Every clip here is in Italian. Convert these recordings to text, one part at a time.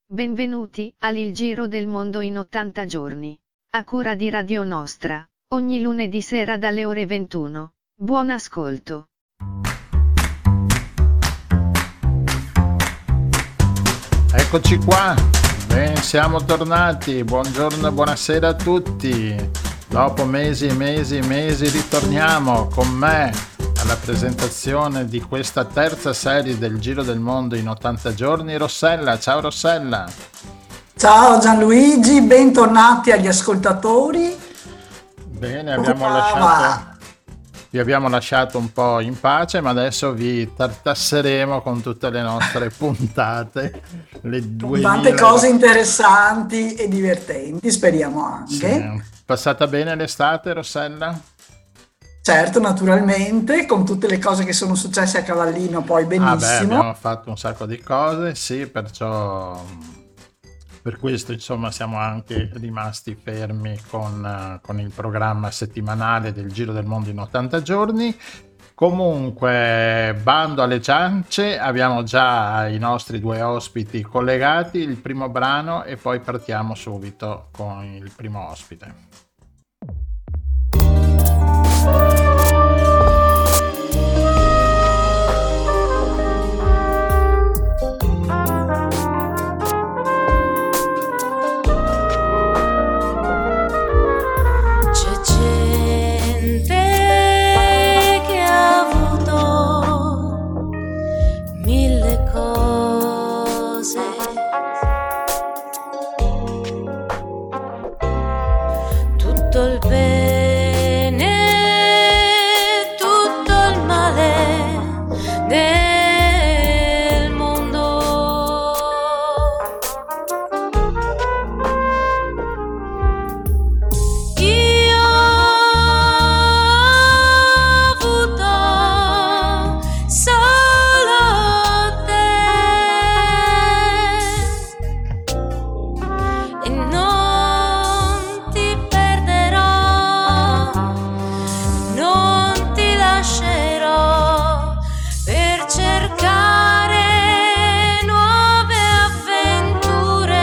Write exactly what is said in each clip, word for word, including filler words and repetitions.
Benvenuti al Il Giro del Mondo in ottanta giorni. A cura di Radio Nostra, ogni lunedì sera dalle ore ventuno. Buon ascolto. Eccoci qua, ben siamo tornati, buongiorno e buonasera a tutti. Dopo mesi e mesi e mesi ritorniamo con me alla presentazione di questa terza serie del Giro del Mondo in ottanta giorni. Rossella, ciao Rossella. Ciao Gianluigi, bentornati agli ascoltatori. Bene, Come abbiamo va? lasciato, vi abbiamo lasciato un po' in pace, ma adesso vi tartasseremo con tutte le nostre puntate, le Con tante duemila. cose interessanti e divertenti, speriamo anche. Sì. Passata bene l'estate, Rossella? Certo, naturalmente, con tutte le cose che sono successe a Cavallino, poi Ah beh, benissimo. abbiamo fatto un sacco di cose, sì, perciò per questo insomma siamo anche rimasti fermi con, eh, con il programma settimanale del Giro del Mondo in ottanta giorni. Comunque, bando alle ciance, abbiamo già i nostri due ospiti collegati, il primo brano e poi partiamo subito con il primo ospite. C'è gente che ha avuto mille cose, tutto il bene, tutto il male del mondo. Io ho avuto solo te e non ti perderò, non ti lascerò per cercare nuove avventure.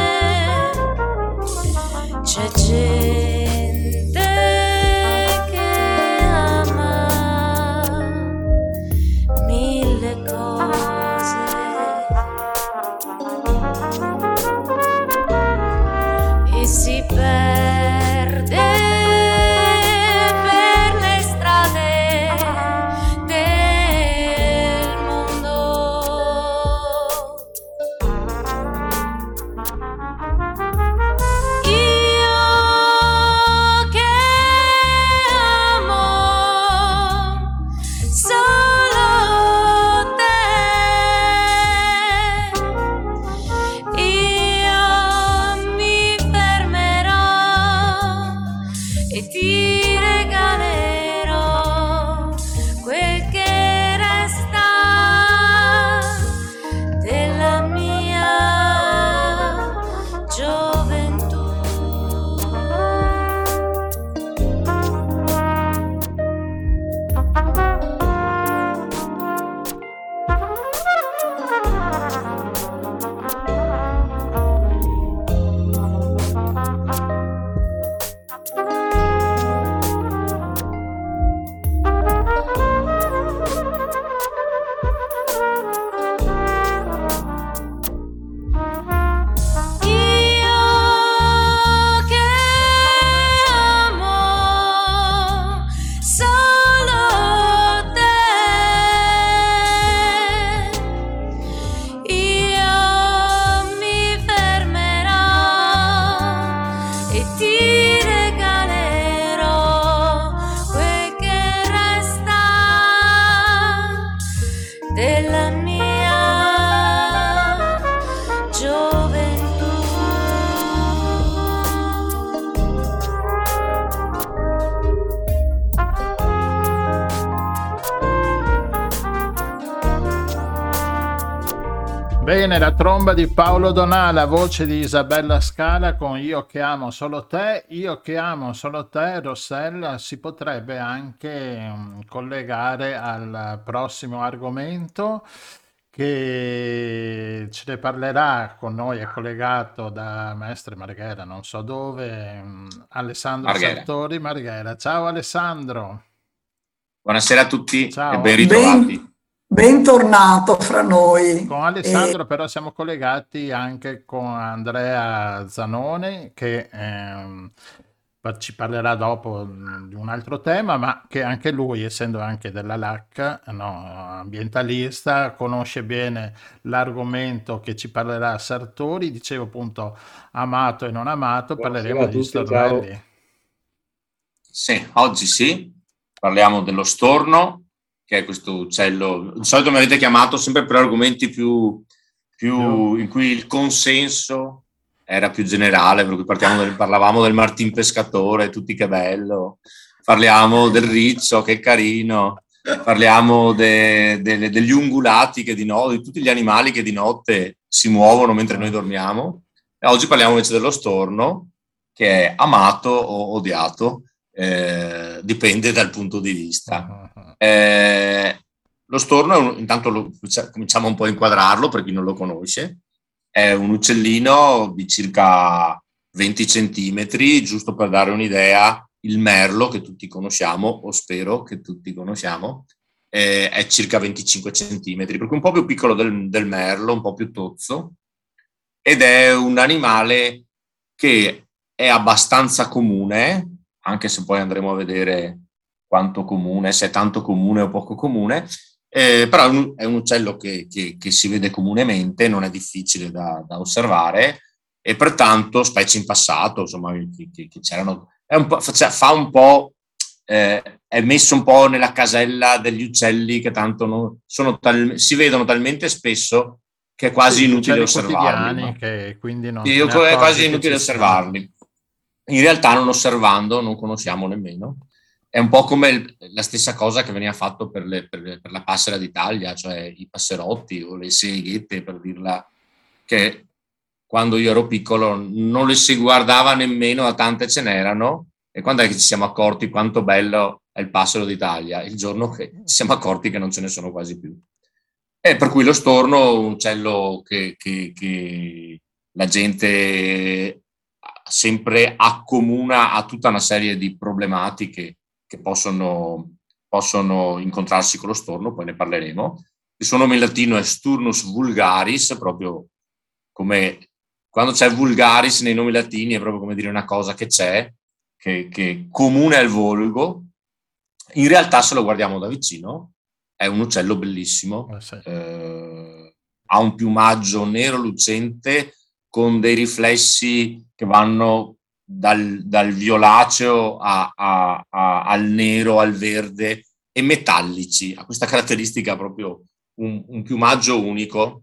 C'è gente che ama mille cose e si perde per le strade del mondo. Io che amo solo te, io mi fermerò e ti regalerò quel che resta della mia gioventù. Io che amo solo te, io mi fermerò e ti regalerò quel che resta della mia gioventù. Bene, la tromba di Paolo Donà, la voce di Isabella Scala con Io che amo solo te, io che amo solo te, Rossella, si potrebbe anche mm, collegare al prossimo argomento che ce ne parlerà. Con noi è collegato da Mestre Marghera, non so dove, mm, Alessandro Marghera. Sartori Marghera. Ciao Alessandro. Buonasera a tutti e Ciao. ben ritrovati. Ben, bentornato fra noi. Con E Alessandro però siamo collegati anche con Andrea Zanone che ehm, pa- ci parlerà dopo mm, di un altro tema, ma che anche lui, essendo anche della L A C, no, ambientalista, conosce bene l'argomento che ci parlerà Sartori. Dicevo appunto amato e non amato, Buonasera parleremo a degli tutti, ciao. stornelli. Sì, oggi sì, parliamo dello storno, che è questo uccello. Di solito mi avete chiamato sempre per argomenti più, più in cui il consenso era più generale, per cui partiamo del- parlavamo del martin pescatore, tutti che bello, parliamo del riccio, che carino, parliamo de- de- degli ungulati che di notte, di tutti gli animali che di notte si muovono mentre noi dormiamo. E oggi parliamo invece dello storno, che è amato o odiato, eh, dipende dal punto di vista. Eh, lo storno, è un- intanto lo- cominciamo un po' a inquadrarlo per chi non lo conosce. È un uccellino di circa venti centimetri, giusto per dare un'idea. Il merlo, che tutti conosciamo, o spero che tutti conosciamo, eh, è circa venticinque centimetri, per cui un po' più piccolo del, del merlo, un po' più tozzo, ed è un animale che è abbastanza comune, anche se poi andremo a vedere quanto comune, se è tanto comune o poco comune, eh, però è un, è un uccello che, che- che si vede comunemente, non è difficile da, da osservare, e pertanto, specie in passato, insomma, che, che- che c'erano, è un po', fa, fa un po', eh, è messo un po' nella casella degli uccelli che tanto non, sono tal- si vedono talmente spesso che è quasi Sì, gli inutile uccelli osservarli. quotidiani Ma che quindi non sì, te io- ne è quasi accorgi che inutile ci siano. osservarli. In realtà, non osservando, non conosciamo nemmeno. È un po' come il- la stessa cosa che veniva fatto per, le- per le- per la passera d'Italia, cioè i passerotti o le seghette, per dirla, che quando io ero piccolo non le si guardava nemmeno, a tante ce n'erano, e quando è che ci siamo accorti quanto bello è il passero d'Italia? Il giorno che ci siamo accorti che non ce ne sono quasi più. E per cui lo storno, un uccello che, che- che la gente sempre accomuna a tutta una serie di problematiche che possono, possono incontrarsi con lo storno, poi ne parleremo. Il suo nome in latino è Sturnus vulgaris, proprio come quando c'è vulgaris nei nomi latini, è proprio come dire una cosa che c'è, che, che comune al volgo. In realtà, se lo guardiamo da vicino, è un uccello bellissimo, Eh sì. eh, ha un piumaggio nero lucente con dei riflessi che vanno dal, dal violaceo a- a- a- al nero, al verde, e metallici. Ha questa caratteristica proprio, un, un piumaggio unico.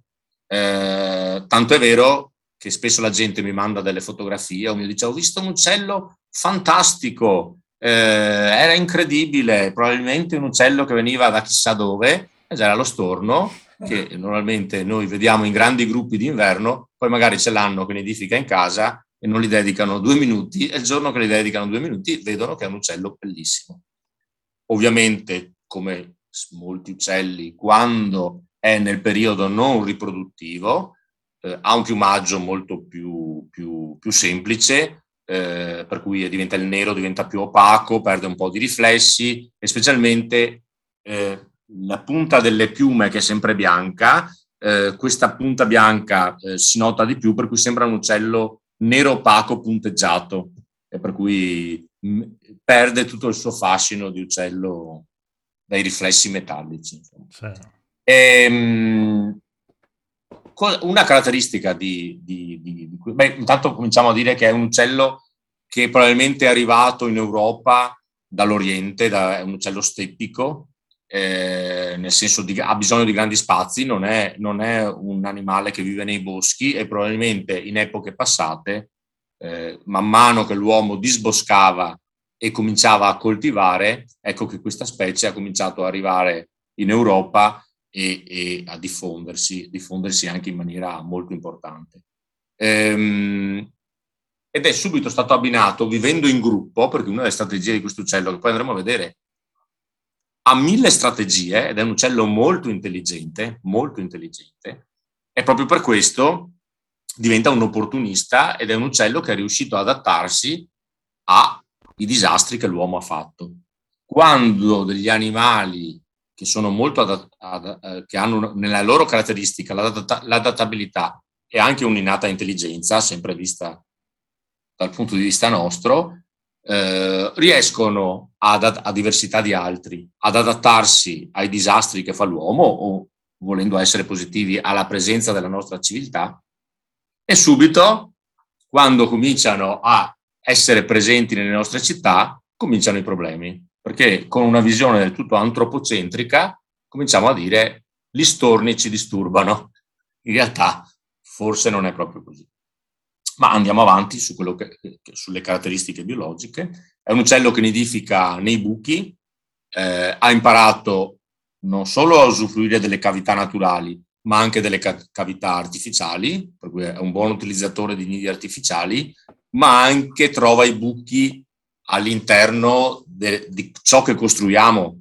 Eh, tanto è vero che spesso la gente mi manda delle fotografie o mi dice: ho visto un uccello fantastico, eh, era incredibile, probabilmente un uccello che veniva da chissà dove, ed era lo storno, che normalmente noi vediamo in grandi gruppi d'inverno, poi magari ce l'hanno che nidifica in casa e non gli dedicano due minuti, e il giorno che gli dedicano due minuti vedono che è un uccello bellissimo. Ovviamente, come molti uccelli, quando è nel periodo non riproduttivo, eh, ha un piumaggio molto più, più, più semplice, eh, per cui diventa il nero, diventa più opaco, perde un po' di riflessi, e specialmente eh, la punta delle piume, che è sempre bianca, eh, questa punta bianca eh, si nota di più, per cui sembra un uccello nero opaco punteggiato, e per cui mh, perde tutto il suo fascino di uccello dai riflessi metallici. Insomma. Sì. Ehm, co- una caratteristica di, di, di, di beh, intanto cominciamo a dire che è un uccello che probabilmente è arrivato in Europa dall'Oriente, da, è un uccello steppico, eh, nel senso di, ha bisogno di grandi spazi, non è, non è un animale che vive nei boschi, e probabilmente in epoche passate, eh, man mano che l'uomo disboscava e cominciava a coltivare, ecco che questa specie ha cominciato ad arrivare in Europa e, e a diffondersi, diffondersi anche in maniera molto importante. Ehm, ed è subito stato abbinato, vivendo in gruppo, perché una delle strategie di questo uccello, che poi andremo a vedere, ha mille strategie ed è un uccello molto intelligente, molto intelligente, e proprio per questo diventa un opportunista ed è un uccello che è riuscito ad adattarsi ai disastri che l'uomo ha fatto. Quando degli animali che sono molto adat- ad- che hanno nella loro caratteristica l'adatta- l'adattabilità e anche un'innata intelligenza, sempre vista dal punto di vista nostro, eh, riescono ad, a diversità di altri ad adattarsi ai disastri che fa l'uomo o, volendo essere positivi, alla presenza della nostra civiltà, e subito, quando cominciano a essere presenti nelle nostre città, cominciano i problemi, perché con una visione del tutto antropocentrica cominciamo a dire gli storni ci disturbano. In realtà forse non è proprio così. Ma andiamo avanti su quello che, che, sulle caratteristiche biologiche. È un uccello che nidifica nei buchi, eh, ha imparato non solo a usufruire delle cavità naturali, ma anche delle ca- cavità artificiali, per cui è un buon utilizzatore di nidi artificiali, ma anche trova i buchi all'interno de- di ciò che costruiamo.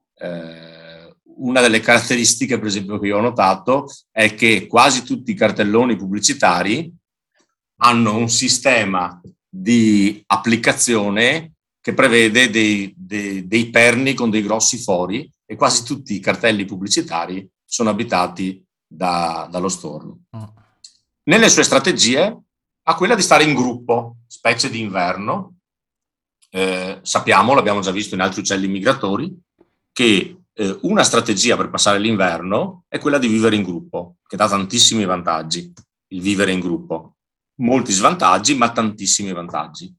Eh, una delle caratteristiche, per esempio, che io ho notato è che quasi tutti i cartelloni pubblicitari hanno un sistema di applicazione che prevede dei, dei, dei perni con dei grossi fori, e quasi tutti i cartelli pubblicitari sono abitati da, dallo storno. Oh. Nelle sue strategie ha quella di stare in gruppo, specie di inverno. Eh, sappiamo, l'abbiamo già visto in altri uccelli migratori, che eh, una strategia per passare l'inverno è quella di vivere in gruppo, che dà tantissimi vantaggi, il vivere in gruppo. Molti svantaggi, ma tantissimi vantaggi.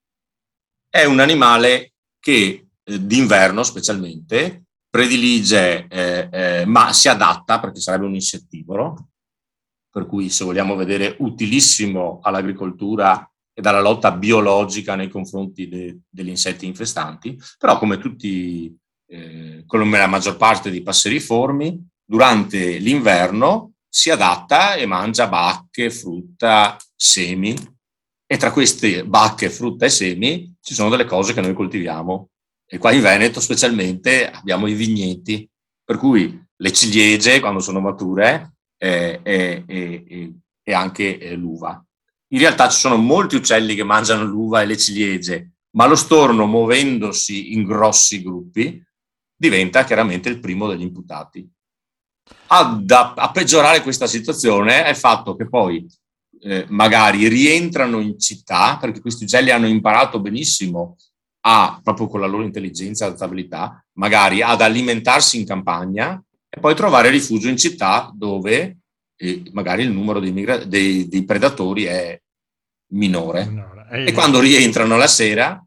È un animale che eh, d'inverno specialmente predilige, eh, eh, ma si adatta, perché sarebbe un insettivoro, per cui, se vogliamo vedere, utilissimo all'agricoltura e alla lotta biologica nei confronti de, degli insetti infestanti, però come tutti, eh, come la maggior parte dei passeriformi, durante l'inverno si adatta e mangia bacche, frutta, semi, e tra queste bacche, frutta e semi ci sono delle cose che noi coltiviamo, e qua in Veneto specialmente abbiamo i vigneti, per cui le ciliegie quando sono mature eh, e, e, e anche eh, l'uva. In realtà ci sono molti uccelli che mangiano l'uva e le ciliegie, ma lo storno, muovendosi in grossi gruppi, diventa chiaramente il primo degli imputati. A, a peggiorare questa situazione è il fatto che poi eh, magari rientrano in città, perché questi uccelli hanno imparato benissimo a, proprio con la loro intelligenza e adattabilità, magari ad alimentarsi in campagna e poi trovare rifugio in città dove eh, magari il numero dei, migra- dei, dei predatori è minore. minore. E, e quando rientrano la sera,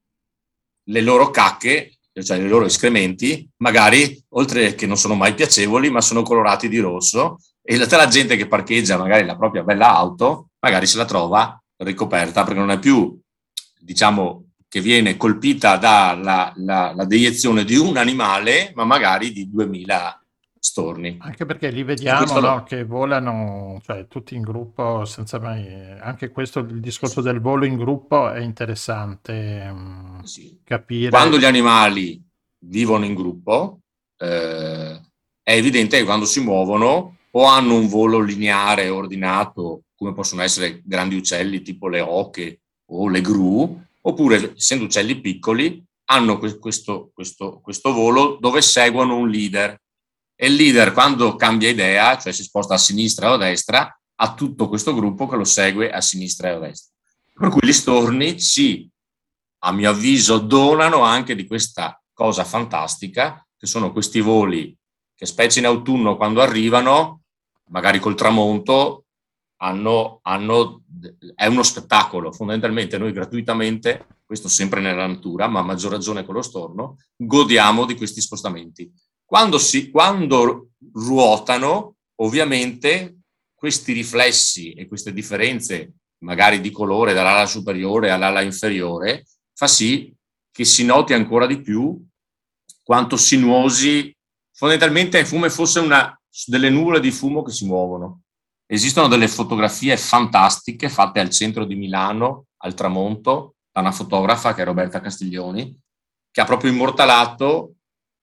le loro cacche, cioè i loro escrementi, magari, oltre che non sono mai piacevoli, ma sono colorati di rosso, e la, la gente che parcheggia magari la propria bella auto, magari se la trova ricoperta, perché non è più, diciamo, che viene colpita dalla la, la deiezione di un animale, ma magari di duemila storni. Anche perché li vediamo, no, che volano, cioè tutti in gruppo, senza mai... Anche questo, il discorso del volo in gruppo è interessante, um, sì. capire. Quando gli animali vivono in gruppo, eh, è evidente che quando si muovono o hanno un volo lineare ordinato, come possono essere grandi uccelli tipo le oche o le gru, oppure, essendo uccelli piccoli, hanno questo, questo, questo volo dove seguono un leader. E il leader, quando cambia idea, cioè si sposta a sinistra o a destra, ha tutto questo gruppo che lo segue a sinistra e a destra. Per cui gli storni ci, a mio avviso, donano anche di questa cosa fantastica, che sono questi voli che, specie in autunno, quando arrivano, magari col tramonto, hanno, hanno, è uno spettacolo. Fondamentalmente noi gratuitamente, questo sempre nella natura, ma a maggior ragione con lo storno, godiamo di questi spostamenti. Quando, si, quando ruotano, ovviamente, questi riflessi e queste differenze, magari di colore dall'ala superiore all'ala inferiore, fa sì che si noti ancora di più quanto sinuosi, fondamentalmente è come fosse una, delle nuvole di fumo che si muovono. Esistono delle fotografie fantastiche fatte al centro di Milano, al tramonto, da una fotografa che è Roberta Castiglioni, che ha proprio immortalato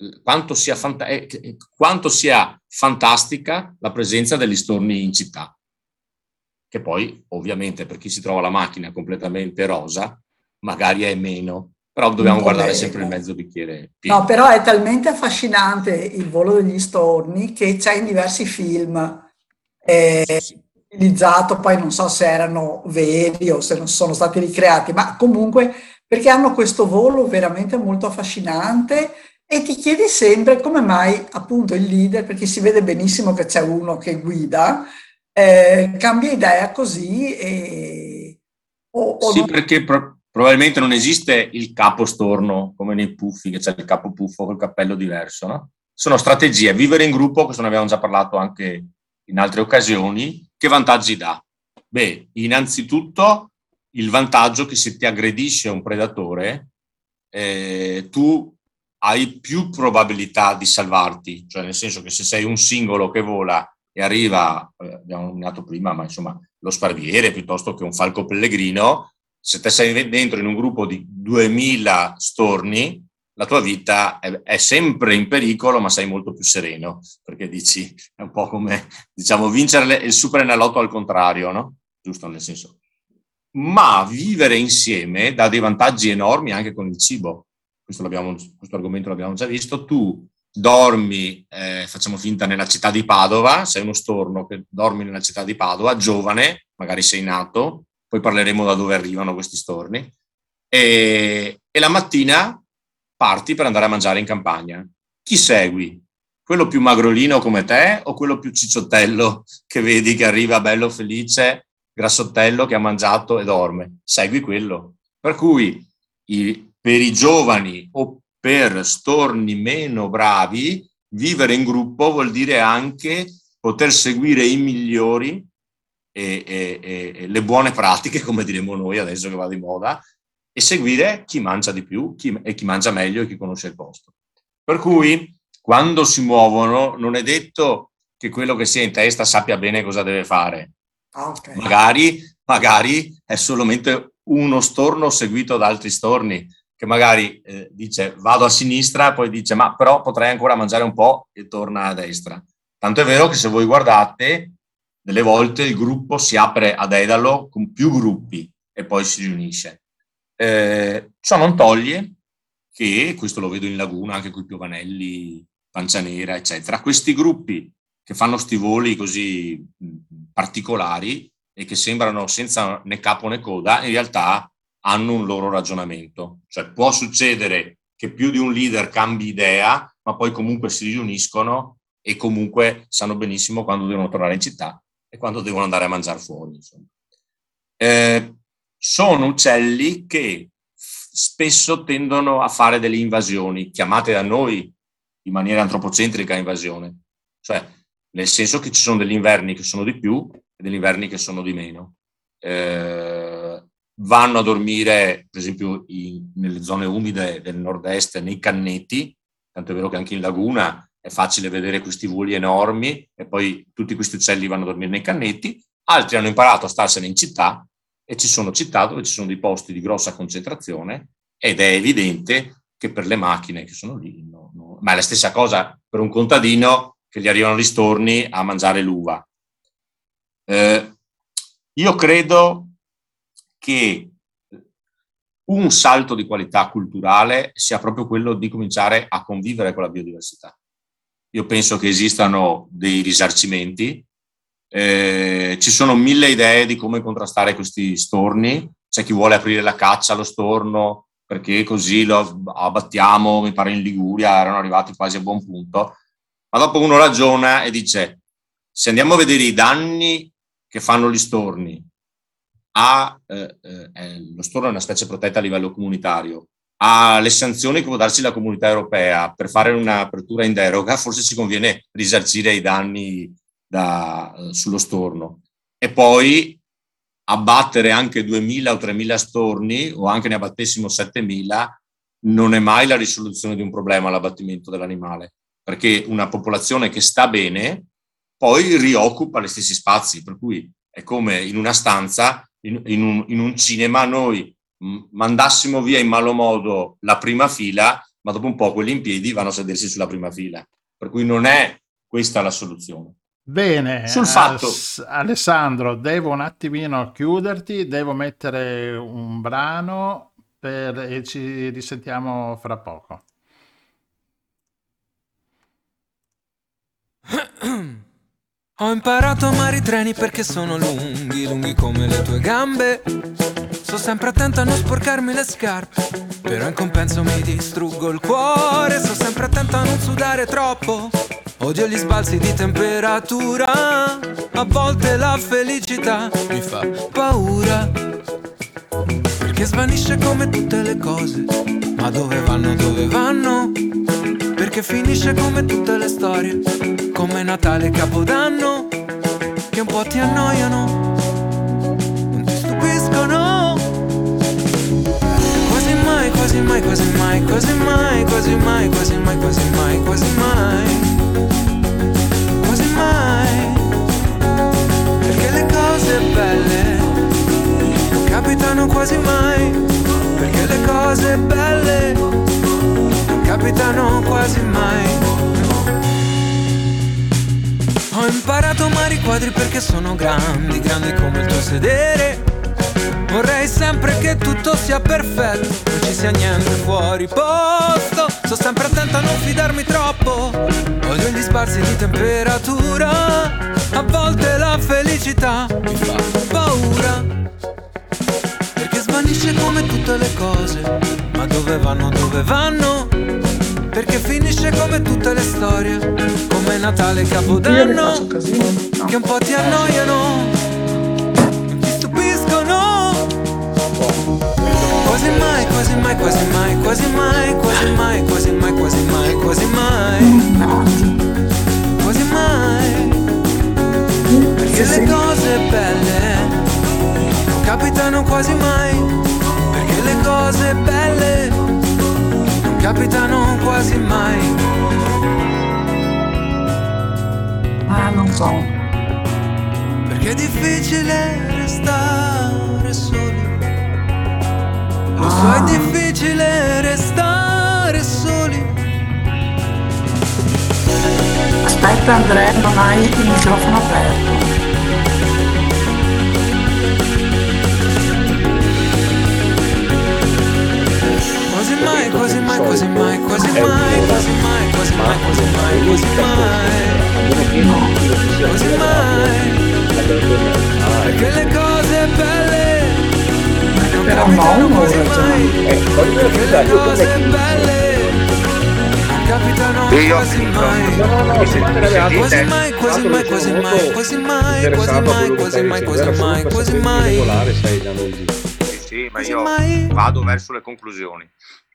quanto sia, fanta- eh, quanto sia fantastica la presenza degli storni in città, che poi ovviamente per chi si trova la macchina completamente rosa magari è meno, però dobbiamo Va guardare bene. sempre il mezzo bicchiere pieno. No, però è talmente affascinante il volo degli storni che c'è in diversi film Sì, sì, sì. utilizzato, poi non so se erano veri o se non sono stati ricreati, ma comunque perché hanno questo volo veramente molto affascinante e ti chiedi sempre come mai appunto il leader, perché si vede benissimo che c'è uno che guida, eh, cambia idea così e, o, o Sì, non. perché pro- probabilmente non esiste il capo storno come nei puffi, che c'è il capo puffo col cappello diverso, no? Sono strategie. Vivere in gruppo, questo ne abbiamo già parlato anche in altre occasioni, che vantaggi dà? Beh, innanzitutto il vantaggio che se ti aggredisce un predatore, eh, tu hai più probabilità di salvarti, cioè nel senso che se sei un singolo che vola e arriva, eh, abbiamo nominato prima, ma insomma lo sparviere piuttosto che un falco pellegrino, se te sei dentro in un gruppo di duemila storni, la tua vita è, è sempre in pericolo, ma sei molto più sereno, perché dici, è un po' come, diciamo, vincere il Super Enalotto al contrario, no? Giusto, nel senso. Ma vivere insieme dà dei vantaggi enormi anche con il cibo. Questo, l'abbiamo, questo argomento l'abbiamo già visto. Tu dormi, eh, facciamo finta, nella città di Padova, sei uno storno che dormi nella città di Padova, giovane, magari sei nato, poi parleremo da dove arrivano questi storni, e, e la mattina parti per andare a mangiare in campagna. Chi segui? Quello più magrolino come te o quello più cicciottello che vedi che arriva bello felice, grassottello, che ha mangiato e dorme? Segui quello. Per cui i, per i giovani o per storni meno bravi, vivere in gruppo vuol dire anche poter seguire i migliori e, e, e le buone pratiche, come diremo noi adesso che va di moda, e seguire chi mangia di più chi, e chi mangia meglio e chi conosce il posto. Per cui quando si muovono non è detto che quello che sia in testa sappia bene cosa deve fare. Okay. Magari, magari è solamente uno storno seguito da altri storni, che magari eh, dice vado a sinistra, poi dice ma però potrei ancora mangiare un po' e torna a destra. Tanto è vero che se voi guardate, delle volte il gruppo si apre a dedalo con più gruppi e poi si riunisce. Eh, ciò non toglie che, questo lo vedo in laguna anche con i piovanelli, pancia nera, eccetera, questi gruppi che fanno sti voli così particolari e che sembrano senza né capo né coda, in realtà hanno un loro ragionamento. Cioè può succedere che più di un leader cambi idea, ma poi comunque si riuniscono e comunque sanno benissimo quando devono tornare in città e quando devono andare a mangiare fuori. Insomma. Eh, sono uccelli che spesso tendono a fare delle invasioni, chiamate da noi in maniera antropocentrica invasione, cioè nel senso che ci sono degli inverni che sono di più e degli inverni che sono di meno. Eh, vanno a dormire, per esempio, in, nelle zone umide del nord-est, nei canneti, tanto è vero che anche in laguna è facile vedere questi voli enormi e poi tutti questi uccelli vanno a dormire nei canneti, altri hanno imparato a starsene in città e ci sono città dove ci sono dei posti di grossa concentrazione ed è evidente che per le macchine che sono lì, no, no, ma è la stessa cosa per un contadino che gli arrivano gli storni a mangiare l'uva. Eh, io credo che un salto di qualità culturale sia proprio quello di cominciare a convivere con la biodiversità. Io penso che esistano dei risarcimenti, eh, ci sono mille idee di come contrastare questi storni, c'è chi vuole aprire la caccia allo storno perché così lo abbattiamo, mi pare in Liguria erano arrivati quasi a buon punto, ma dopo uno ragiona e dice se andiamo a vedere i danni che fanno gli storni, a, eh, eh, lo storno è una specie protetta a livello comunitario, ha le sanzioni che può darci la comunità europea per fare un'apertura in deroga, forse ci conviene risarcire i danni da, eh, sullo storno e poi abbattere anche duemila o tremila storni o anche ne abbattessimo settemila non è mai la risoluzione di un problema l'abbattimento dell'animale, perché una popolazione che sta bene poi rioccupa gli stessi spazi, per cui è come in una stanza, in, in, un, in un cinema noi mandassimo via in malo modo la prima fila ma dopo un po' quelli in piedi vanno a sedersi sulla prima fila. Per cui non è questa la soluzione. Bene, Sul fatto, As- Alessandro, devo un attimino chiuderti, devo mettere un brano per- e ci risentiamo fra poco. Ho imparato a amare i treni perché sono lunghi, lunghi come le tue gambe. Sto sempre attento a non sporcarmi le scarpe, però in compenso mi distruggo il cuore. Sto sempre attento a non sudare troppo, odio gli sbalzi di temperatura. A volte la felicità mi fa paura, perché svanisce come tutte le cose. Ma dove vanno, dove vanno? Perché finisce come tutte le storie, come Natale e Capodanno, che un po' ti annoiano, non ti stupiscono. Quasi mai, quasi mai, quasi mai, quasi mai, quasi mai, quasi mai, quasi mai, quasi mai, quasi mai. Perché le cose belle non capitano quasi mai, perché le cose belle non capitano quasi mai. Ho imparato a amare i quadri perché sono grandi, grandi come il tuo sedere. Vorrei sempre che tutto sia perfetto, non ci sia niente fuori posto. Sto sempre attento a non fidarmi troppo, odio gli sbalzi di temperatura. A volte la felicità mi fa paura, perché svanisce come tutte le cose. Ma dove vanno, dove vanno? Perché finisce come tutte le storie, come Natale e Capodanno, che un po' ti annoiano, non ti stupiscono. Quasi mai, quasi mai, quasi mai, quasi mai, quasi mai, quasi mai, quasi mai, quasi mai, quasi mai. Perché le cose belle non capitano quasi mai, perché le cose belle non capitano quasi mai. Ah, non so. Perché è difficile restare soli. Lo so, è difficile restare soli. Aspetta Andrea, non hai il microfono aperto. Quasi mai, quasi mai, quasi mai, quasi mai, quasi mai, quasi mai, quasi mai, quasi mai, quasi mai. Perché le cose belle non capitano quasi mai, perché le cose belle non capitano quasi mai. Quasi mai, quasi mai, quasi mai, quasi mai, quasi mai, quasi mai, quasi mai, quasi mai. sì, sì, ma io vado verso le conclusioni.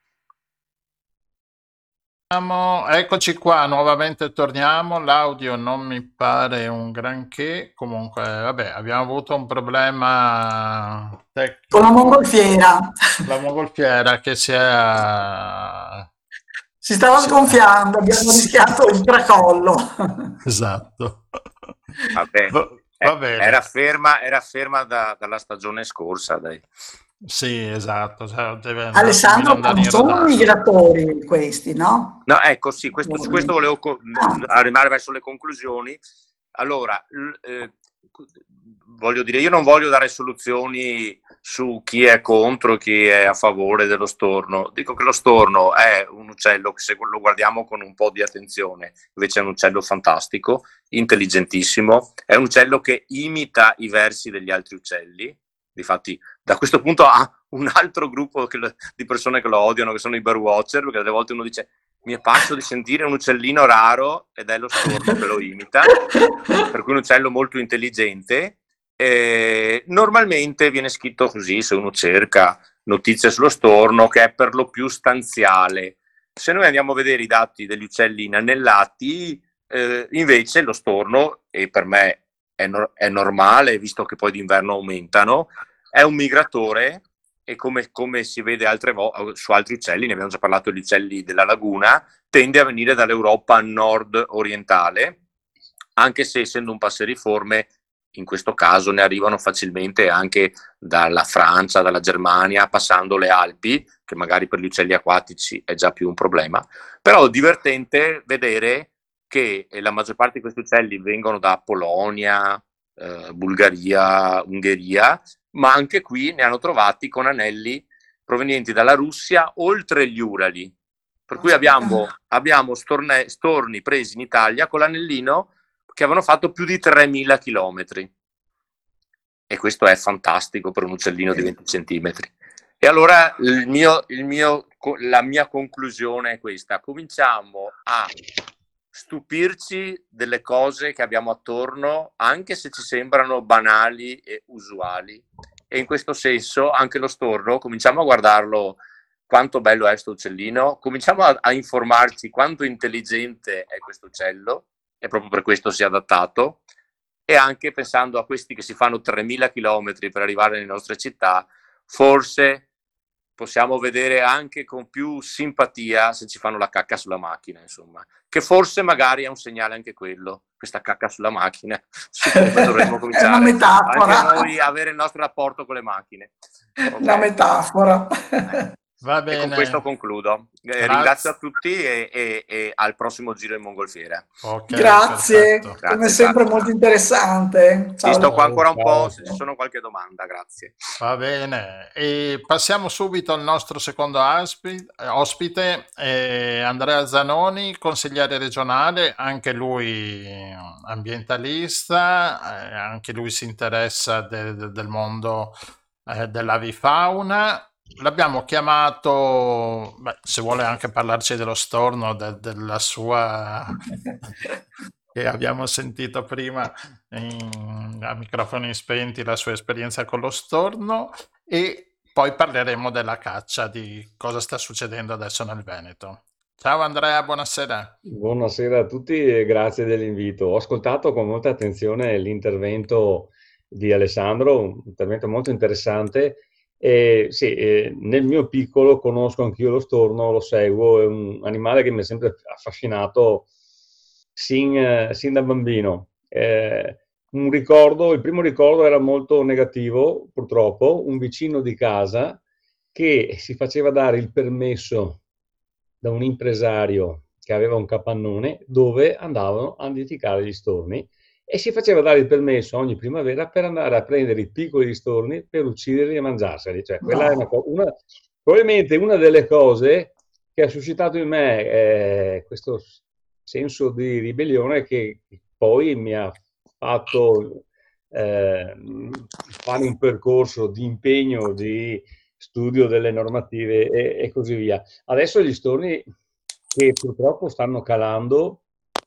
Siamo- Eccoci qua, nuovamente torniamo. L'audio non mi pare un granché. Comunque, vabbè, abbiamo avuto un problema tecnico. Con la mongolfiera. La mongolfiera che si è... Si stava sgonfiando, abbiamo rischiato il tracollo. Esatto. Vabbè, Va, va bene. era ferma, era ferma da- dalla stagione scorsa, dai. Sì, esatto. Cioè, deve un Alessandro, attimino andare non in sono rodaggio. migratori questi, no? No, ecco, sì, questo, su questo volevo co- arrivare verso le conclusioni. Allora, l- eh, voglio dire, io non voglio dare soluzioni su chi è contro, chi è a favore dello storno. Dico che lo storno è un uccello che, se lo guardiamo con un po' di attenzione, invece è un uccello fantastico, intelligentissimo, è un uccello che imita i versi degli altri uccelli. Difatti, da questo punto ha un altro gruppo che lo- di persone che lo odiano, che sono i birdwatcher, perché delle volte uno dice: mi è parso di sentire un uccellino raro, ed è lo storno che lo imita, per cui un uccello molto intelligente. Eh, normalmente viene scritto così, se uno cerca notizie sullo storno, che è per lo più stanziale. Se noi andiamo a vedere i dati degli uccelli inanellati, eh, invece lo storno, e per me è, no- è normale, visto che poi d'inverno aumentano, è un migratore, e come, come si vede altre vo- su altri uccelli, ne abbiamo già parlato, gli uccelli della laguna, tende a venire dall'Europa nord orientale, anche se essendo un passeriforme in questo caso ne arrivano facilmente anche dalla Francia, dalla Germania, passando le Alpi, che magari per gli uccelli acquatici è già più un problema, però è divertente vedere che la maggior parte di questi uccelli vengono da Polonia, eh, Bulgaria, Ungheria, ma anche qui ne hanno trovati con anelli provenienti dalla Russia oltre gli Urali, per cui abbiamo, abbiamo storne, storni presi in Italia con l'anellino che avevano fatto più di tremila chilometri, e questo è fantastico per un uccellino di venti centimetri. E allora il mio, il mio, la mia conclusione è questa: cominciamo a stupirci delle cose che abbiamo attorno, anche se ci sembrano banali e usuali, e in questo senso anche lo storno cominciamo a guardarlo, quanto bello è questo uccellino, cominciamo a, a informarci quanto intelligente è questo uccello, e proprio per questo si è adattato, e anche pensando a questi che si fanno tremila chilometri per arrivare nelle nostre città, forse possiamo vedere anche con più simpatia se ci fanno la cacca sulla macchina, insomma, che forse magari è un segnale anche quello, questa cacca sulla macchina, su come dovremmo cominciare è una metafora. anche noi avere il nostro rapporto con le macchine. Okay. Una metafora. Va bene. E con questo concludo. Eh, ringrazio a tutti e, e, e al prossimo giro in mongolfiera. Okay, grazie, perfetto. come Grazie, sempre grazie. Molto interessante. Ci sto qua ancora un po', se ci sono qualche domanda, grazie. Va bene, e passiamo subito al nostro secondo ospite, eh, Andrea Zanoni, consigliere regionale, anche lui ambientalista, eh, anche lui si interessa de, de, del mondo eh, dell'avifauna. L'abbiamo chiamato, beh, se vuole anche parlarci dello storno, de, della sua, che abbiamo sentito prima in, a microfoni spenti, la sua esperienza con lo storno, e poi parleremo della caccia, di cosa sta succedendo adesso nel Veneto. Ciao Andrea, buonasera. Buonasera a tutti e grazie dell'invito. Ho ascoltato con molta attenzione l'intervento di Alessandro, un intervento molto interessante. Eh, sì, eh, nel mio piccolo conosco anch'io lo storno, lo seguo, è un animale che mi è sempre affascinato sin, eh, sin da bambino. Eh, un ricordo, il primo ricordo era molto negativo, purtroppo, un vicino di casa che si faceva dare il permesso da un impresario che aveva un capannone dove andavano a nidificare gli storni, e si faceva dare il permesso ogni primavera per andare a prendere i piccoli storni per ucciderli e mangiarseli. Cioè, quella no. è una, una, probabilmente una delle cose che ha suscitato in me eh, questo senso di ribellione, che poi mi ha fatto eh, fare un percorso di impegno, di studio delle normative e, e così via. Adesso gli storni, che purtroppo stanno calando,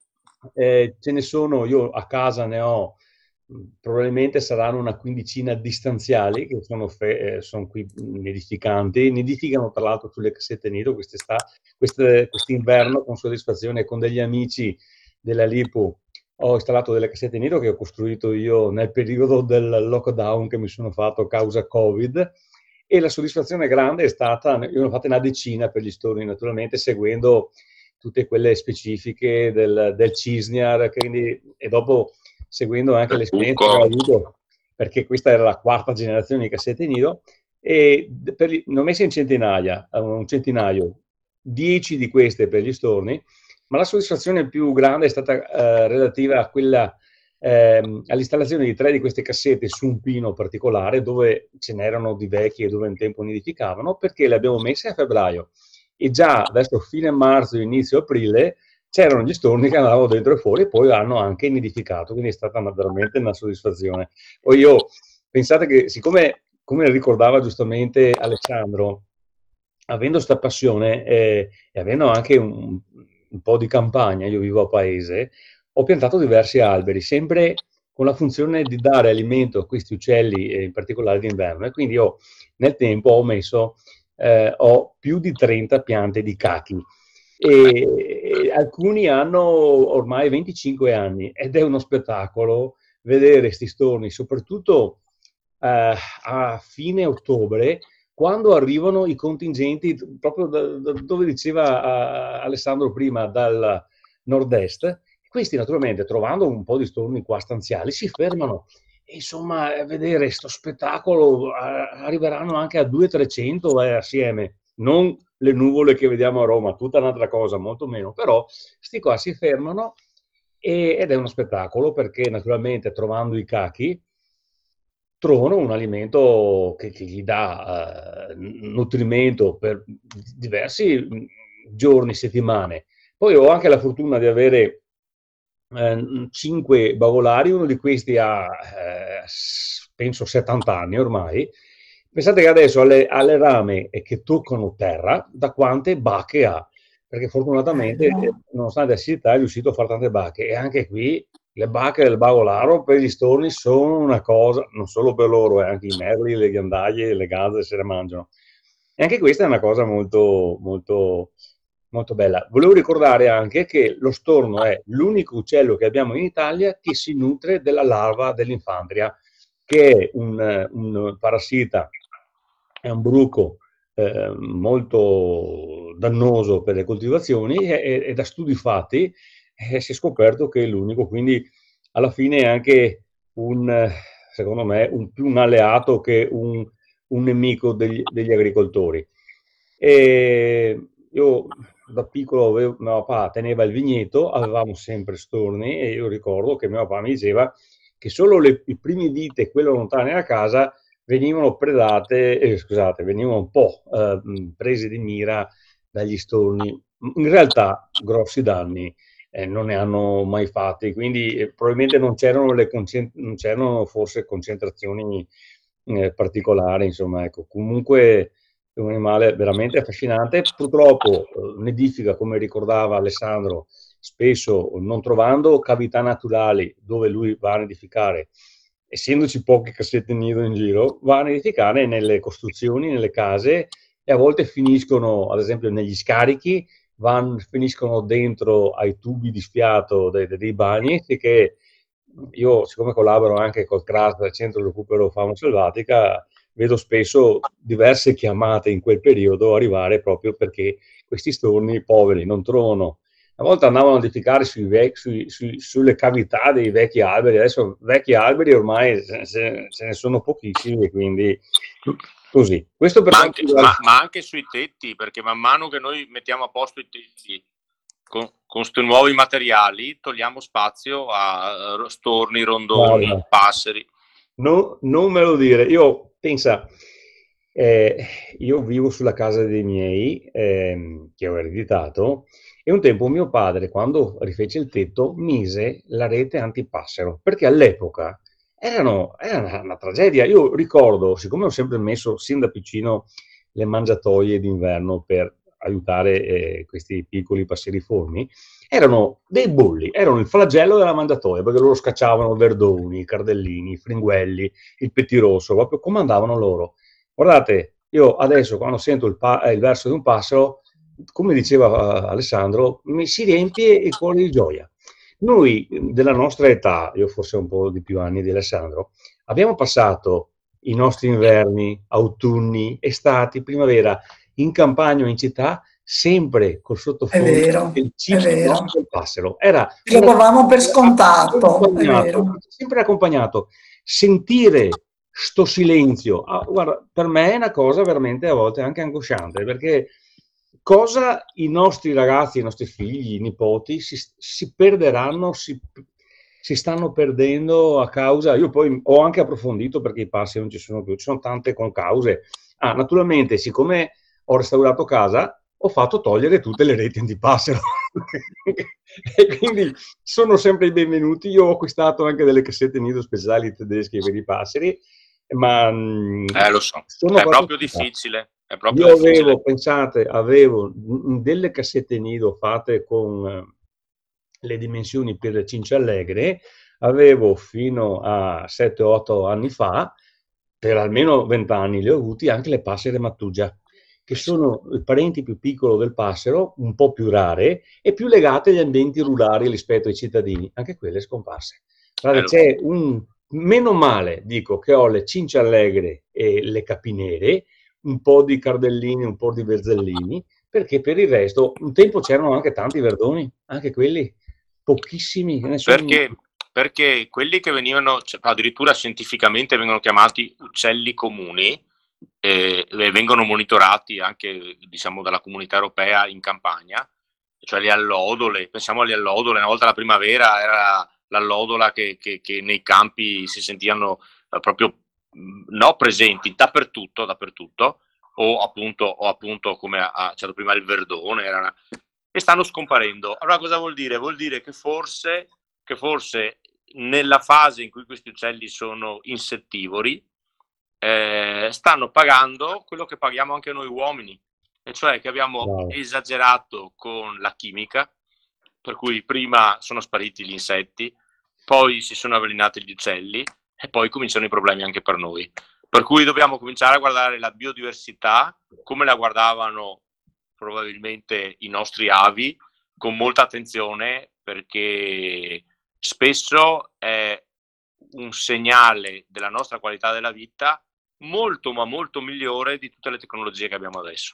Eh, ce ne sono, io a casa ne ho, probabilmente saranno una quindicina di stanziali che sono, fe, eh, sono qui nidificanti, nidificano tra l'altro sulle cassette nido quest'inverno con soddisfazione. Con degli amici della Lipu ho installato delle cassette nido che ho costruito io nel periodo del lockdown che mi sono fatto a causa Covid, e la soddisfazione grande è stata, io ne ho fatte una decina per gli storni, naturalmente seguendo tutte quelle specifiche del, del Cisniar, quindi, e dopo seguendo anche l'esperienza che ho avuto, perché questa era la quarta generazione di cassette nido, e per gli, ne ho messe in centinaia, un centinaio, dieci di queste per gli storni, ma la soddisfazione più grande è stata eh, relativa a quella, eh, all'installazione di tre di queste cassette su un pino particolare, dove ce n'erano di vecchi e dove un tempo nidificavano, perché le abbiamo messe a febbraio. E già adesso fine marzo, inizio aprile, c'erano gli storni che andavano dentro e fuori, e poi hanno anche nidificato, quindi è stata una, veramente una soddisfazione. Poi io, pensate che, siccome, come ricordava giustamente Alessandro, avendo questa passione eh, e avendo anche un, un po' di campagna, io vivo a paese, ho piantato diversi alberi, sempre con la funzione di dare alimento a questi uccelli, eh, in particolare d'inverno, e quindi io nel tempo ho messo Eh, ho più di trenta piante di cachi, e, e alcuni hanno ormai venticinque anni, ed è uno spettacolo vedere questi storni, soprattutto eh, a fine ottobre, quando arrivano i contingenti, proprio da, da dove diceva uh, Alessandro prima, dal nord-est. Questi naturalmente, trovando un po' di storni qua stanziali, si fermano insomma, a vedere sto spettacolo eh, arriveranno anche a duecento trecento eh, assieme, non le nuvole che vediamo a Roma, tutta un'altra cosa, molto meno, però sti qua si fermano e, ed è uno spettacolo perché naturalmente trovando i cachi trovano un alimento che, che gli dà eh, nutrimento per diversi mh, giorni, settimane. Poi ho anche la fortuna di avere eh, cinque bavolari, uno di questi ha eh, penso settanta anni ormai. Pensate che adesso alle, alle rame che toccano terra, da quante bacche ha, perché fortunatamente, eh, nonostante la siccità, è riuscito a fare tante bacche. E anche qui le bacche del bavolaro per gli storni sono una cosa, non solo per loro, eh, anche i merli, le ghiandaglie, le gazze se le mangiano. E anche questa è una cosa molto, molto, molto bella. Volevo ricordare anche che lo storno è l'unico uccello che abbiamo in Italia che si nutre della larva dell'infandria, che è un, un parassita, è un bruco eh, molto dannoso per le coltivazioni e, e da studi fatti eh, si è scoperto che è l'unico, quindi alla fine è anche un, secondo me, un, più un alleato che un, un nemico degli, degli agricoltori. E io da piccolo avevo, mio papà teneva il vigneto, avevamo sempre storni e io ricordo che mio papà mi diceva che solo le, i primi vite, quelle lontane da casa, venivano predate, eh, scusate, venivano un po' eh, prese di mira dagli storni. In realtà grossi danni eh, non ne hanno mai fatti, quindi eh, probabilmente non c'erano, le non c'erano forse concentrazioni eh, particolari, insomma, ecco. Comunque è un animale veramente affascinante, purtroppo eh, nidifica, come ricordava Alessandro, spesso non trovando cavità naturali dove lui va a nidificare, essendoci poche cassette nido in giro, va a nidificare nelle costruzioni, nelle case e a volte finiscono, ad esempio, negli scarichi, van, finiscono dentro ai tubi di sfiato dei, dei bagni, che io, siccome collaboro anche col C R A S del Centro di Recupero Fauna Selvatica, vedo spesso diverse chiamate in quel periodo arrivare proprio perché questi storni poveri non trovano. Una volta andavano a nidificare sui vec- sui, sui, sulle cavità dei vecchi alberi, adesso vecchi alberi ormai se, se, se ne sono pochissimi, quindi così. Questo per ma, anche, ma, ma anche sui tetti, perché man mano che noi mettiamo a posto i tetti con questi nuovi materiali togliamo spazio a storni, rondoni, guarda, passeri. No, non me lo dire, io pensa, eh, io vivo sulla casa dei miei eh, che ho ereditato e un tempo mio padre, quando rifece il tetto, mise la rete antipassero, perché all'epoca erano, era una, una tragedia. Io ricordo, siccome ho sempre messo sin da piccino le mangiatoie d'inverno per aiutare eh, questi piccoli passeriformi, erano dei bulli, erano il flagello della mangiatoia, perché loro scacciavano verdoni, cardellini, fringuelli, il pettirosso, proprio comandavano loro. Guardate, io adesso quando sento il, pa- il verso di un passero, come diceva uh, Alessandro, mi si riempie il cuore di gioia. Noi della nostra età, io forse un po' di più anni di Alessandro, abbiamo passato i nostri inverni, autunni, estati, primavera, in campagna o in città, sempre col sottofondo del ciclo del passero. Era, lo davamo per scontato, è vero. Sempre accompagnato. Sentire sto silenzio, ah, guarda, per me è una cosa veramente a volte anche angosciante, perché cosa i nostri ragazzi, i nostri figli, i nipoti si, si perderanno, si, si stanno perdendo a causa, io poi ho anche approfondito perché i passi non ci sono più, ci sono tante concause. Ah, naturalmente, siccome ho restaurato casa, ho fatto togliere tutte le reti antipassero e quindi sono sempre i benvenuti. Io ho acquistato anche delle cassette nido speciali tedesche per i passeri, ma eh, lo so, è proprio difficile. È proprio io difficile. avevo, pensate, avevo delle cassette nido fatte con le dimensioni per le cinciallegre, avevo fino a sette otto anni fa, per almeno venti anni le ho avuti, anche le passere mattugia, che sono i parenti più piccoli del passero, un po' più rare e più legate agli ambienti rurali rispetto ai cittadini, anche quelle scomparse. Allora, c'è un, meno male, dico, che ho le cinciallegre e le capinere, un po' di cardellini, un po' di verzellini, perché per il resto, un tempo c'erano anche tanti verdoni, anche quelli, pochissimi. Perché perché quelli che venivano, cioè, addirittura scientificamente vengono chiamati uccelli comuni, eh, e vengono monitorati anche, diciamo, dalla comunità europea in campagna, cioè le allodole, pensiamo alle allodole, una volta la primavera era l'allodola che, che, che nei campi si sentivano eh, proprio mh, no presenti dappertutto, dappertutto, o appunto, o appunto come ha citato prima il verdone, era una... e stanno scomparendo. Allora cosa vuol dire? Vuol dire che forse, che forse nella fase in cui questi uccelli sono insettivori, eh, stanno pagando quello che paghiamo anche noi uomini, e cioè che abbiamo Wow. esagerato con la chimica, per cui prima sono spariti gli insetti, poi si sono avvelenati gli uccelli e poi cominciano i problemi anche per noi. Per cui dobbiamo cominciare a guardare la biodiversità come la guardavano probabilmente i nostri avi, con molta attenzione, perché spesso è un segnale della nostra qualità della vita molto ma molto migliore di tutte le tecnologie che abbiamo adesso.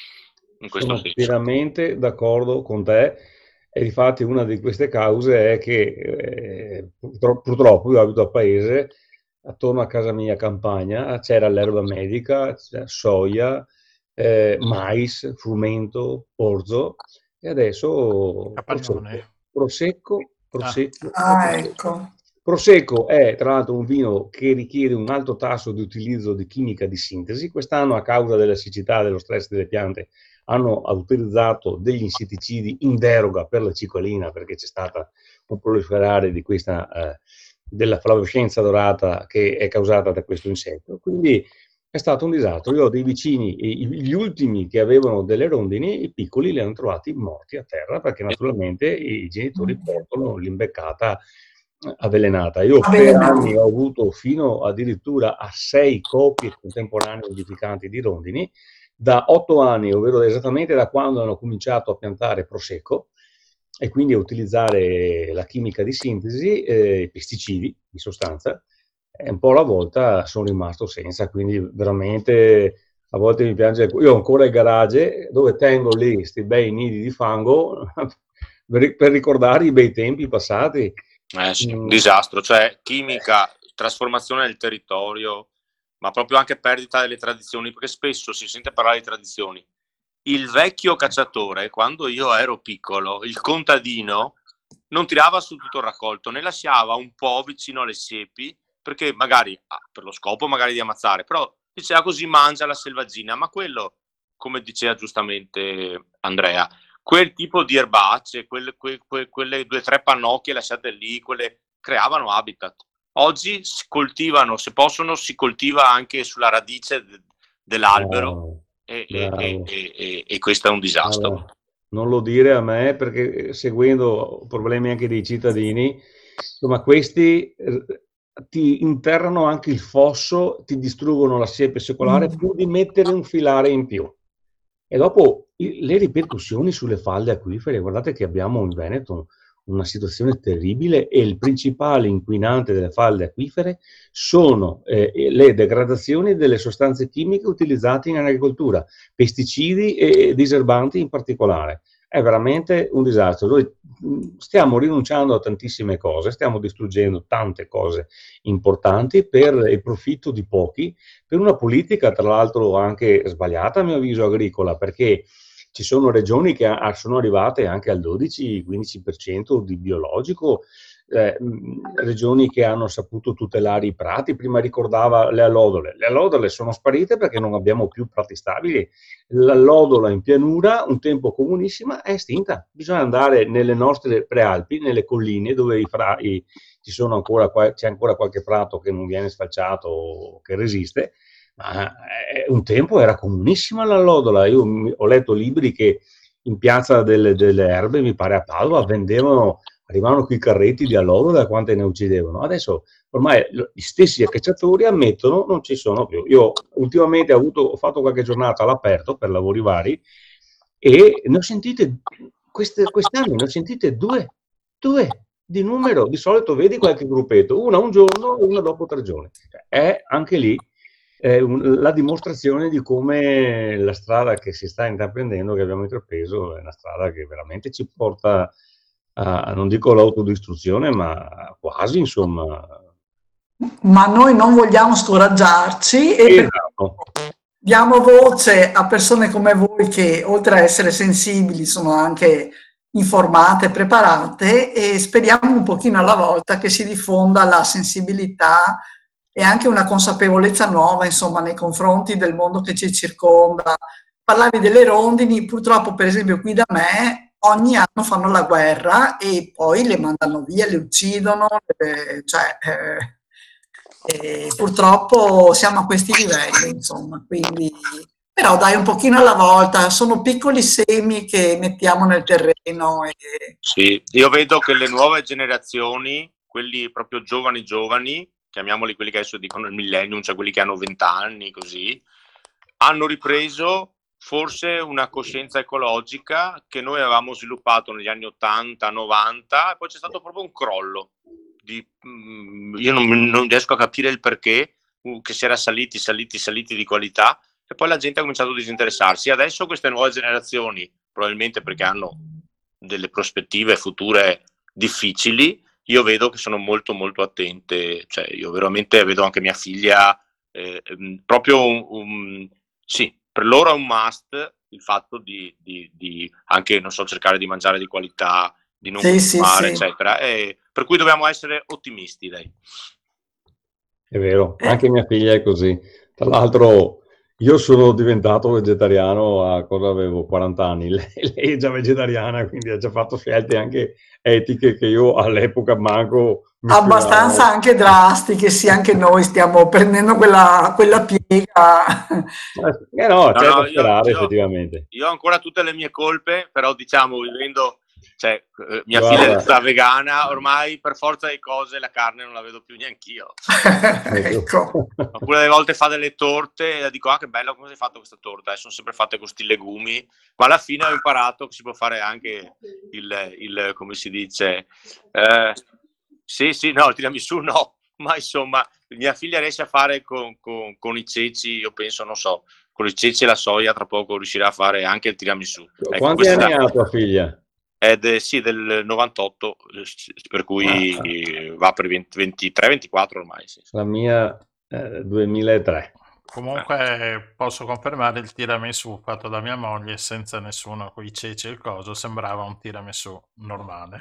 In questo Sono senso. pienamente d'accordo con te, e difatti una di queste cause è che eh, purtro- purtroppo io abito a paese, attorno a casa mia campagna c'era l'erba medica, c'era soia, eh, mais, frumento, orzo, e adesso Capagnone. prosecco, prosecco, prosecco, Ah, prosecco. ecco. Prosecco è tra l'altro un vino che richiede un alto tasso di utilizzo di chimica di sintesi. Quest'anno, a causa della siccità e dello stress delle piante, hanno utilizzato degli insetticidi in deroga per la ciccolina, perché c'è stata un proliferare di questa eh, della flavescenza dorata che è causata da questo insetto. Quindi è stato un disastro. Io ho dei vicini, i- gli ultimi che avevano delle rondini, i piccoli li hanno trovati morti a terra, perché naturalmente i genitori portano l'imbeccata avvelenata. Io per Avvelenata. anni ho avuto fino addirittura a sei copie contemporanee nidificanti di rondini, da otto anni, ovvero esattamente da quando hanno cominciato a piantare prosecco e quindi a utilizzare la chimica di sintesi, eh, pesticidi in sostanza, e un po' alla volta sono rimasto senza, quindi veramente a volte mi piange. Io ho ancora il garage dove tengo lì questi bei nidi di fango per per ricordare i bei tempi passati. Eh sì, Mm. disastro, cioè chimica, trasformazione del territorio, ma proprio anche perdita delle tradizioni, perché spesso si sente parlare di tradizioni. Il vecchio cacciatore, quando io ero piccolo, il contadino non tirava su tutto il raccolto, ne lasciava un po' vicino alle siepi, perché magari, ah, per lo scopo magari di ammazzare, però diceva così mangia la selvaggina, ma quello, come diceva giustamente Andrea, quel tipo di erbacce, quelle, que, que, quelle due o tre pannocchie lasciate lì, quelle creavano habitat. Oggi si coltivano, se possono, si coltiva anche sulla radice de, dell'albero. Bravo, E, e, e, bravo. e, e questo è un disastro. Guarda, non lo dire a me, perché seguendo problemi anche dei cittadini, insomma, questi eh, ti interrano anche il fosso, ti distruggono la siepe secolare Mm. pur di mettere un filare in più. E dopo i- le ripercussioni sulle falde acquifere, guardate che abbiamo in Veneto una situazione terribile, e il principale inquinante delle falde acquifere sono eh, le degradazioni delle sostanze chimiche utilizzate in agricoltura, pesticidi e diserbanti in particolare. È veramente un disastro. Noi mh, stiamo rinunciando a tantissime cose, stiamo distruggendo tante cose importanti per il profitto di pochi, per una politica tra l'altro anche sbagliata a mio avviso agricola, perché ci sono regioni che a- sono arrivate anche al dodici quindici per cento di biologico, eh, mh, regioni che hanno saputo tutelare i prati. Prima ricordava le allodole, le allodole sono sparite perché non abbiamo più prati stabili. L'allodola in pianura, un tempo comunissima, è estinta. Bisogna andare nelle nostre prealpi, nelle colline dove i fra- i- ci sono ancora, qua- c'è ancora qualche prato che non viene sfalciato o che resiste, ma eh, un tempo era comunissima l'allodola. Io mi- ho letto libri che in piazza delle, delle Erbe, mi pare a Padova, vendevano, arrivavano qui i carretti di allodola, quante ne uccidevano. Adesso ormai lo- gli stessi cacciatori ammettono non ci sono più. Io ultimamente ho, avuto, ho fatto qualche giornata all'aperto per lavori vari e ne ho sentite, queste, quest'anno ne ho sentite due, due di numero. Di solito vedi qualche gruppetto, una un giorno e una dopo tre giorni. Cioè, è anche lì è un- la dimostrazione di come la strada che si sta intraprendendo, che abbiamo intrapreso, è una strada che veramente ci porta a, non dico l'autodistruzione, ma quasi, insomma. Ma noi non vogliamo scoraggiarci e Esatto. diamo voce a persone come voi che, oltre a essere sensibili, sono anche informate, preparate, e speriamo un pochino alla volta che si diffonda la sensibilità e anche una consapevolezza nuova, insomma, nei confronti del mondo che ci circonda. Parlavi delle rondini, purtroppo per esempio qui da me ogni anno fanno la guerra e poi le mandano via, le uccidono, eh, cioè, eh, e purtroppo siamo a questi livelli, insomma, quindi... Però dai, un pochino alla volta, sono piccoli semi che mettiamo nel terreno. E... Sì, io vedo che le nuove generazioni, quelli proprio giovani giovani, chiamiamoli quelli che adesso dicono il millennium, cioè quelli che hanno venti anni, così, hanno ripreso forse una coscienza ecologica che noi avevamo sviluppato negli anni ottanta, novanta, e poi c'è stato proprio un crollo. Di, io non, non riesco a capire il perché, che si era saliti, saliti, saliti di qualità, e poi la gente ha cominciato a disinteressarsi. Adesso queste nuove generazioni, probabilmente perché hanno delle prospettive future difficili, io vedo che sono molto molto attente, cioè io veramente vedo anche mia figlia, eh, proprio un, un, sì, per loro è un must il fatto di, di, di anche, non so, cercare di mangiare di qualità, di non sì, consumare, sì, sì. eccetera, e per cui dobbiamo essere ottimisti, dai. È vero, anche mia figlia è così. Tra l'altro io sono diventato vegetariano a cosa avevo quaranta anni, lei, lei è già vegetariana, quindi ha già fatto scelte anche etiche che io all'epoca manco mi abbastanza spiegavo. anche drastiche, sì, anche noi stiamo prendendo quella, quella piega. Eh no, No, c'è no, da io, sperare io, effettivamente. io ho ancora tutte le mie colpe, però diciamo, vivendo, cioè, eh, mia Guarda. figlia è stata vegana, ormai per forza di cose la carne non la vedo più neanch'io. Ecco. Oppure delle volte fa delle torte e dico, ah che bello, come si è fatto questa torta? E sono sempre fatte con questi legumi, ma alla fine ho imparato che si può fare anche il, il come si dice, eh, sì, sì, no, il tiramisù no, ma insomma, mia figlia riesce a fare con, con, con i ceci, io penso, non so, con i ceci e la soia tra poco riuscirà a fare anche il tiramisù. Ecco, quanti anni questa ha tua figlia? è de, sì, del novantotto, per cui ah. va per ventitré ventiquattro ormai. Sì. La mia eh, duemilatré. Comunque posso confermare il tiramisù fatto da mia moglie senza nessuno con i ceci e il coso, sembrava un tiramisù normale.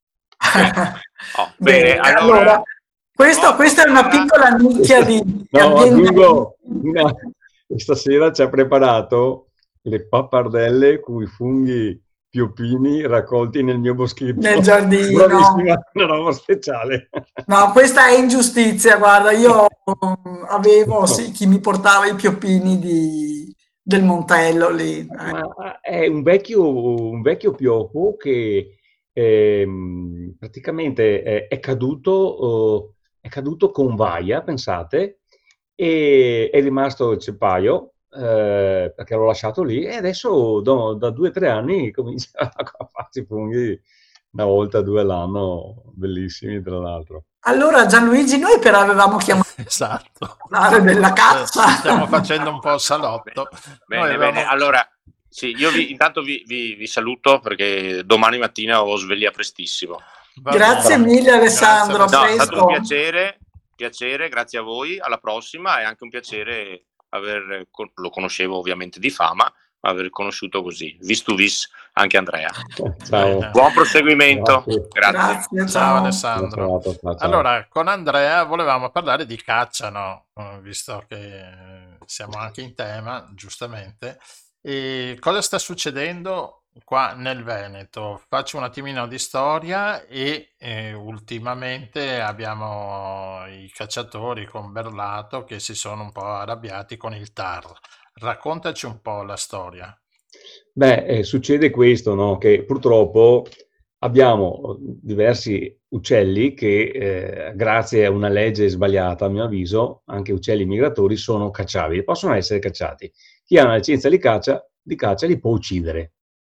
Oh, bene, bene, allora, allora questo, questa è una piccola nicchia di, di no, aggiungo, no, stasera ci ha preparato le pappardelle con i funghi pioppini raccolti nel mio boschetto. Nel giardino. Bravissima, una roba speciale. No, questa è ingiustizia, guarda, io avevo sì, chi mi portava i pioppini di, del Montello lì. Ma è un vecchio, un vecchio pioppo che ehm, praticamente è, è caduto, eh, è caduto con vaia, pensate, e è rimasto il cepaio. Eh, perché l'ho lasciato lì e adesso do, da due o tre anni comincia a farsi funghi una volta, due all'anno, bellissimi tra l'altro. Allora Gianluigi, noi però avevamo chiamato esatto. parlare della caccia. Stiamo facendo un po' il salotto. Bene, Noi bene, avevamo... allora sì, io vi, intanto vi, vi, vi saluto perché domani mattina ho sveglia prestissimo. Va grazie bene. Mille Alessandro, no, è stato un piacere, piacere, grazie a voi, alla prossima, è anche un piacere aver, lo conoscevo ovviamente di fama, ma aver conosciuto così, vis to vis, anche Andrea. Ciao. Buon proseguimento. Grazie. Grazie. Grazie, ciao. Ciao Alessandro. Ciao, ciao, ciao. Allora, con Andrea volevamo parlare di caccia, no? Visto che siamo anche in tema, giustamente. E cosa sta succedendo qua nel Veneto? Faccio un attimino di storia e eh, ultimamente abbiamo i cacciatori con Berlato che si sono un po' arrabbiati con il T A R. Raccontaci un po' la storia. Beh, eh, succede questo, no? Che purtroppo abbiamo diversi uccelli che eh, grazie a una legge sbagliata, a mio avviso, anche uccelli migratori sono cacciabili, possono essere cacciati. Chi ha una licenza di caccia, di caccia li può uccidere.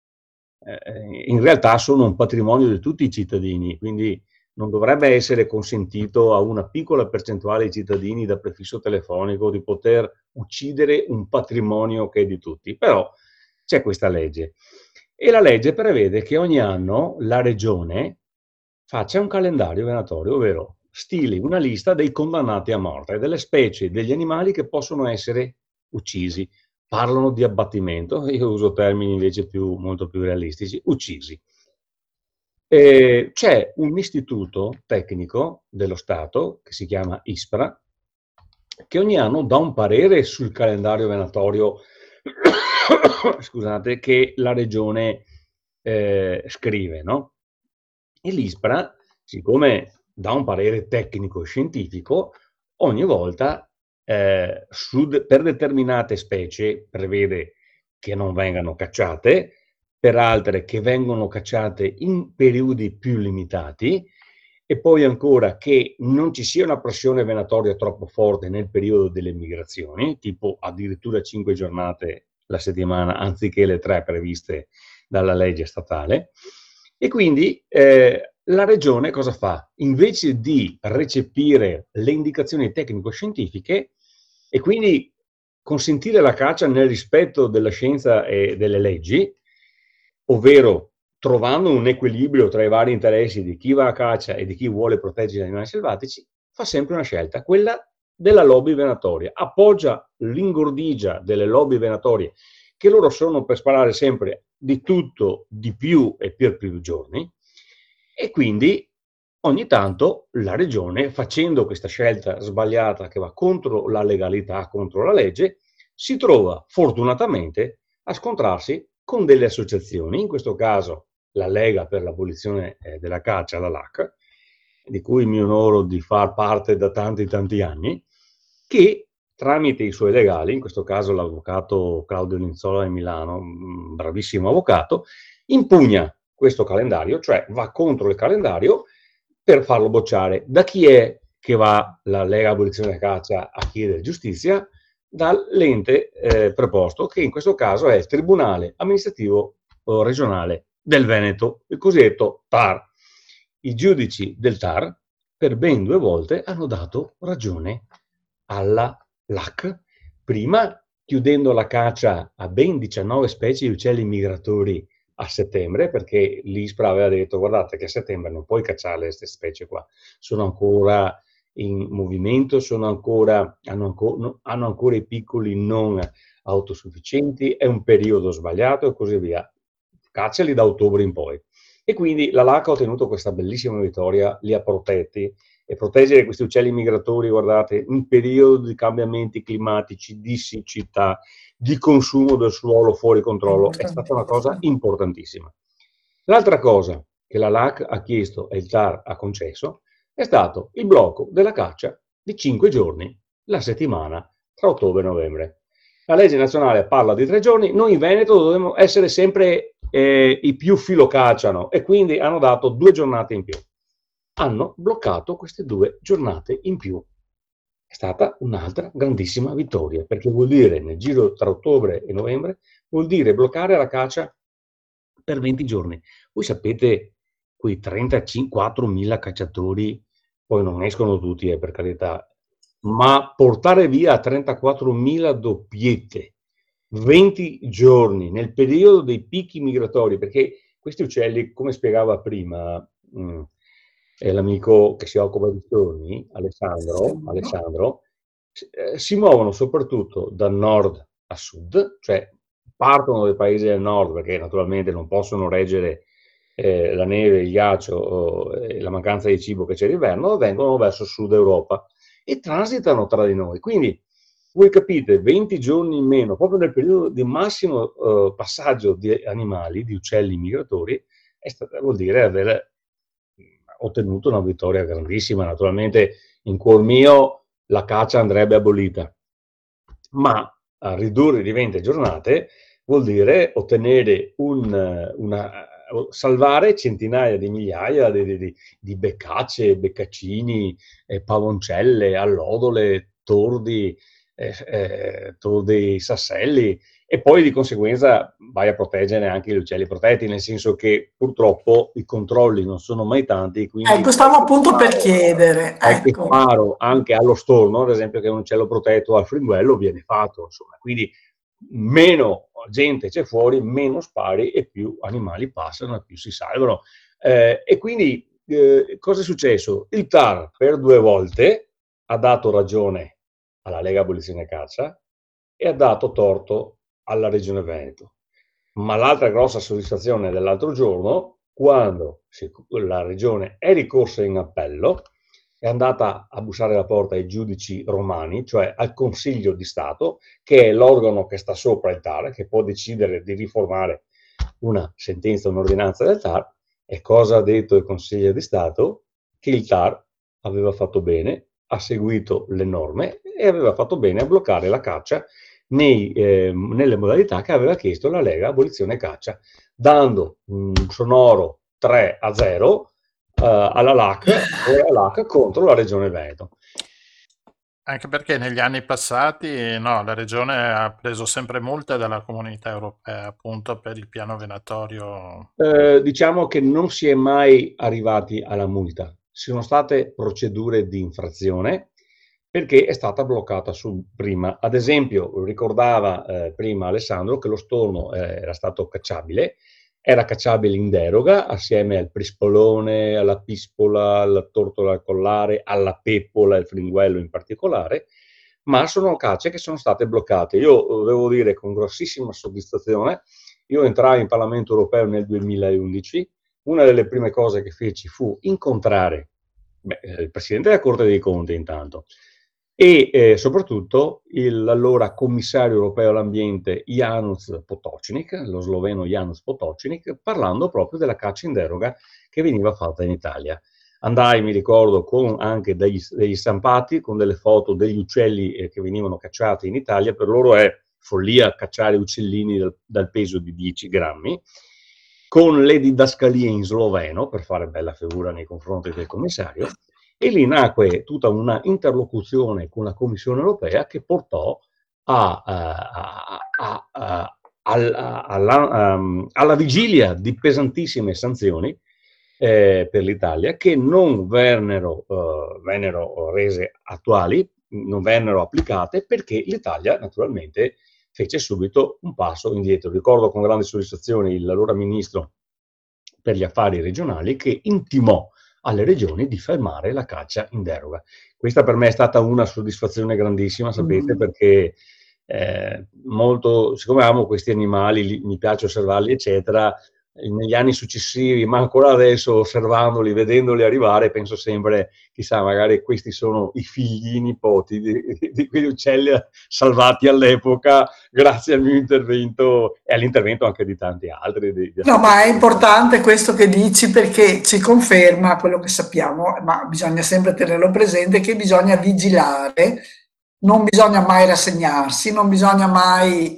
Eh, in realtà sono un patrimonio di tutti i cittadini, quindi non dovrebbe essere consentito a una piccola percentuale di cittadini da prefisso telefonico di poter uccidere un patrimonio che è di tutti. Però c'è questa legge. E la legge prevede che ogni anno la regione faccia un calendario venatorio, ovvero stili una lista dei condannati a morte, delle specie, degli animali che possono essere uccisi. Parlano di abbattimento, io uso termini invece più, molto più realistici, uccisi. E c'è un istituto tecnico dello Stato, che si chiama ISPRA, che ogni anno dà un parere sul calendario venatorio scusate, che la regione eh, scrive, no? E l'ISPRA, siccome dà un parere tecnico e scientifico, ogni volta eh, su, per determinate specie prevede che non vengano cacciate, per altre che vengono cacciate in periodi più limitati, e poi ancora che non ci sia una pressione venatoria troppo forte nel periodo delle migrazioni, tipo addirittura cinque giornate la settimana anziché le tre previste dalla legge statale. E quindi eh, la regione cosa fa? Invece di recepire le indicazioni tecnico-scientifiche e quindi consentire la caccia nel rispetto della scienza e delle leggi, ovvero trovando un equilibrio tra i vari interessi di chi va a caccia e di chi vuole proteggere gli animali selvatici, fa sempre una scelta, quella della lobby venatoria. Appoggia l'ingordigia delle lobby venatorie, che loro sono per sparare sempre di tutto, di più e per più giorni, e quindi ogni tanto la regione, facendo questa scelta sbagliata che va contro la legalità, contro la legge, si trova fortunatamente a scontrarsi con delle associazioni, in questo caso la Lega per l'abolizione eh, della caccia, la L A C, di cui mi onoro di far parte da tanti tanti anni, che tramite i suoi legali, in questo caso l'avvocato Claudio Ninzola di Milano, un bravissimo avvocato, impugna questo calendario, cioè va contro il calendario per farlo bocciare. Da chi è che va la Lega Abolizione della Caccia a chiedere giustizia? Dall'ente eh, preposto, che in questo caso è il Tribunale Amministrativo eh, Regionale del Veneto, il cosiddetto T A R. I giudici del T A R per ben due volte hanno dato ragione alla L A C, prima chiudendo la caccia a ben diciannove specie di uccelli migratori a settembre, perché l'ISPRA aveva detto guardate che a settembre non puoi cacciare queste specie qua, sono ancora in movimento, sono ancora, hanno, ancora, hanno ancora i piccoli non autosufficienti, è un periodo sbagliato e così via. Cacciali da ottobre in poi. E quindi la L A C ha ottenuto questa bellissima vittoria, li ha protetti, e proteggere questi uccelli migratori, guardate, in periodo di cambiamenti climatici, di siccità, di consumo del suolo fuori controllo, è stata una cosa importantissima. L'altra cosa che la L A C ha chiesto e il T A R ha concesso è stato il blocco della caccia di cinque giorni la settimana tra ottobre e novembre. La legge nazionale parla di tre giorni, noi in Veneto dobbiamo essere sempre eh, i più filocacciano e quindi hanno dato due giornate in più. Hanno bloccato queste due giornate in più. È stata un'altra grandissima vittoria, perché vuol dire, nel giro tra ottobre e novembre, vuol dire bloccare la caccia per venti giorni. Voi sapete, quei trentaquattromila cacciatori, poi non escono tutti, eh, per carità, ma portare via trentaquattromila doppiette, venti giorni, nel periodo dei picchi migratori, perché questi uccelli, come spiegava prima mh, eh, l'amico che si occupa di storni, Alessandro, Alessandro eh, si muovono soprattutto da nord a sud, cioè partono dai paesi del nord perché naturalmente non possono reggere eh, la neve, il ghiaccio e eh, la mancanza di cibo che c'è d'inverno, vengono verso sud Europa e transitano tra di noi. Quindi voi capite, venti giorni in meno, proprio nel periodo di massimo eh, passaggio di animali, di uccelli migratori, è stato, vuol dire aver ottenuto una vittoria grandissima. Naturalmente in cuor mio la caccia andrebbe abolita, ma a ridurre di venti giornate vuol dire ottenere un, una, salvare centinaia di migliaia di, di, di beccacce, beccaccini, eh, pavoncelle, allodole, tordi, eh, eh, tordi sasselli, e poi di conseguenza vai a proteggere anche gli uccelli protetti, nel senso che purtroppo i controlli non sono mai tanti. Quindi ecco, stavo appunto per chiedere. Ecco. Ecco. Anche allo storno, ad esempio, che è un uccello protetto, al fringuello viene fatto, insomma. Quindi meno gente c'è fuori, meno spari e più animali passano e più si salvano. Eh, e quindi eh, cosa è successo? Il T A R per due volte ha dato ragione alla Lega Abolizione Caccia e ha dato torto alla Regione Veneto. Ma l'altra grossa soddisfazione dell'altro giorno, quando la Regione è ricorsa in appello, è andata a bussare alla porta ai giudici romani, cioè al Consiglio di Stato, che è l'organo che sta sopra il T A R, che può decidere di riformare una sentenza, un'ordinanza del T A R. E cosa ha detto il Consiglio di Stato? Che il T A R aveva fatto bene, ha seguito le norme e aveva fatto bene a bloccare la caccia nei, eh, nelle modalità che aveva chiesto la Lega Abolizione Caccia, dando un sonoro tre a zero uh, alla L A C, alla L A C contro la Regione Veneto. Anche perché negli anni passati no, la Regione ha preso sempre multe dalla Comunità Europea appunto per il piano venatorio. Eh, diciamo che non si è mai arrivati alla multa. Ci sono state procedure di infrazione perché è stata bloccata su prima. Ad esempio, ricordava eh, prima Alessandro che lo storno eh, era stato cacciabile, era cacciabile in deroga assieme al prispolone, alla pispola, alla tortola collare, alla peppola, il fringuello in particolare, ma sono cacce che sono state bloccate. Io devo dire con grossissima soddisfazione, io entrai in Parlamento Europeo nel duemilaundici, una delle prime cose che feci fu incontrare beh, il Presidente della Corte dei Conti intanto, e eh, soprattutto il, l'allora commissario europeo all'ambiente Janusz Potočnik, lo sloveno Janusz Potočnik, parlando proprio della caccia in deroga che veniva fatta in Italia. Andai, mi ricordo, con anche degli, degli stampati, con delle foto degli uccelli eh, che venivano cacciati in Italia. Per loro è follia cacciare uccellini dal, dal peso di dieci grammi, con le didascalie in sloveno, per fare bella figura nei confronti del commissario. E lì nacque tutta una interlocuzione con la Commissione Europea che portò a, a, a, a, a, alla, um, alla vigilia di pesantissime sanzioni eh, per l'Italia, che non vennero, uh, vennero rese attuali, non vennero applicate, perché l'Italia naturalmente fece subito un passo indietro. Ricordo con grande soddisfazione l'allora ministro per gli affari regionali che intimò alle regioni di fermare la caccia in deroga. Questa per me è stata una soddisfazione grandissima, sapete, mm. perché eh, molto, siccome amo questi animali, li, mi piace osservarli, eccetera, negli anni successivi, ma ancora adesso osservandoli, vedendoli arrivare, penso sempre, chissà, magari questi sono i figli, i nipoti di, di, di quegli uccelli salvati all'epoca, grazie al mio intervento e all'intervento anche di tanti altri. Di, di no, ma è importante questo che dici, perché ci conferma quello che sappiamo, ma bisogna sempre tenerlo presente, che bisogna vigilare, non bisogna mai rassegnarsi, non bisogna mai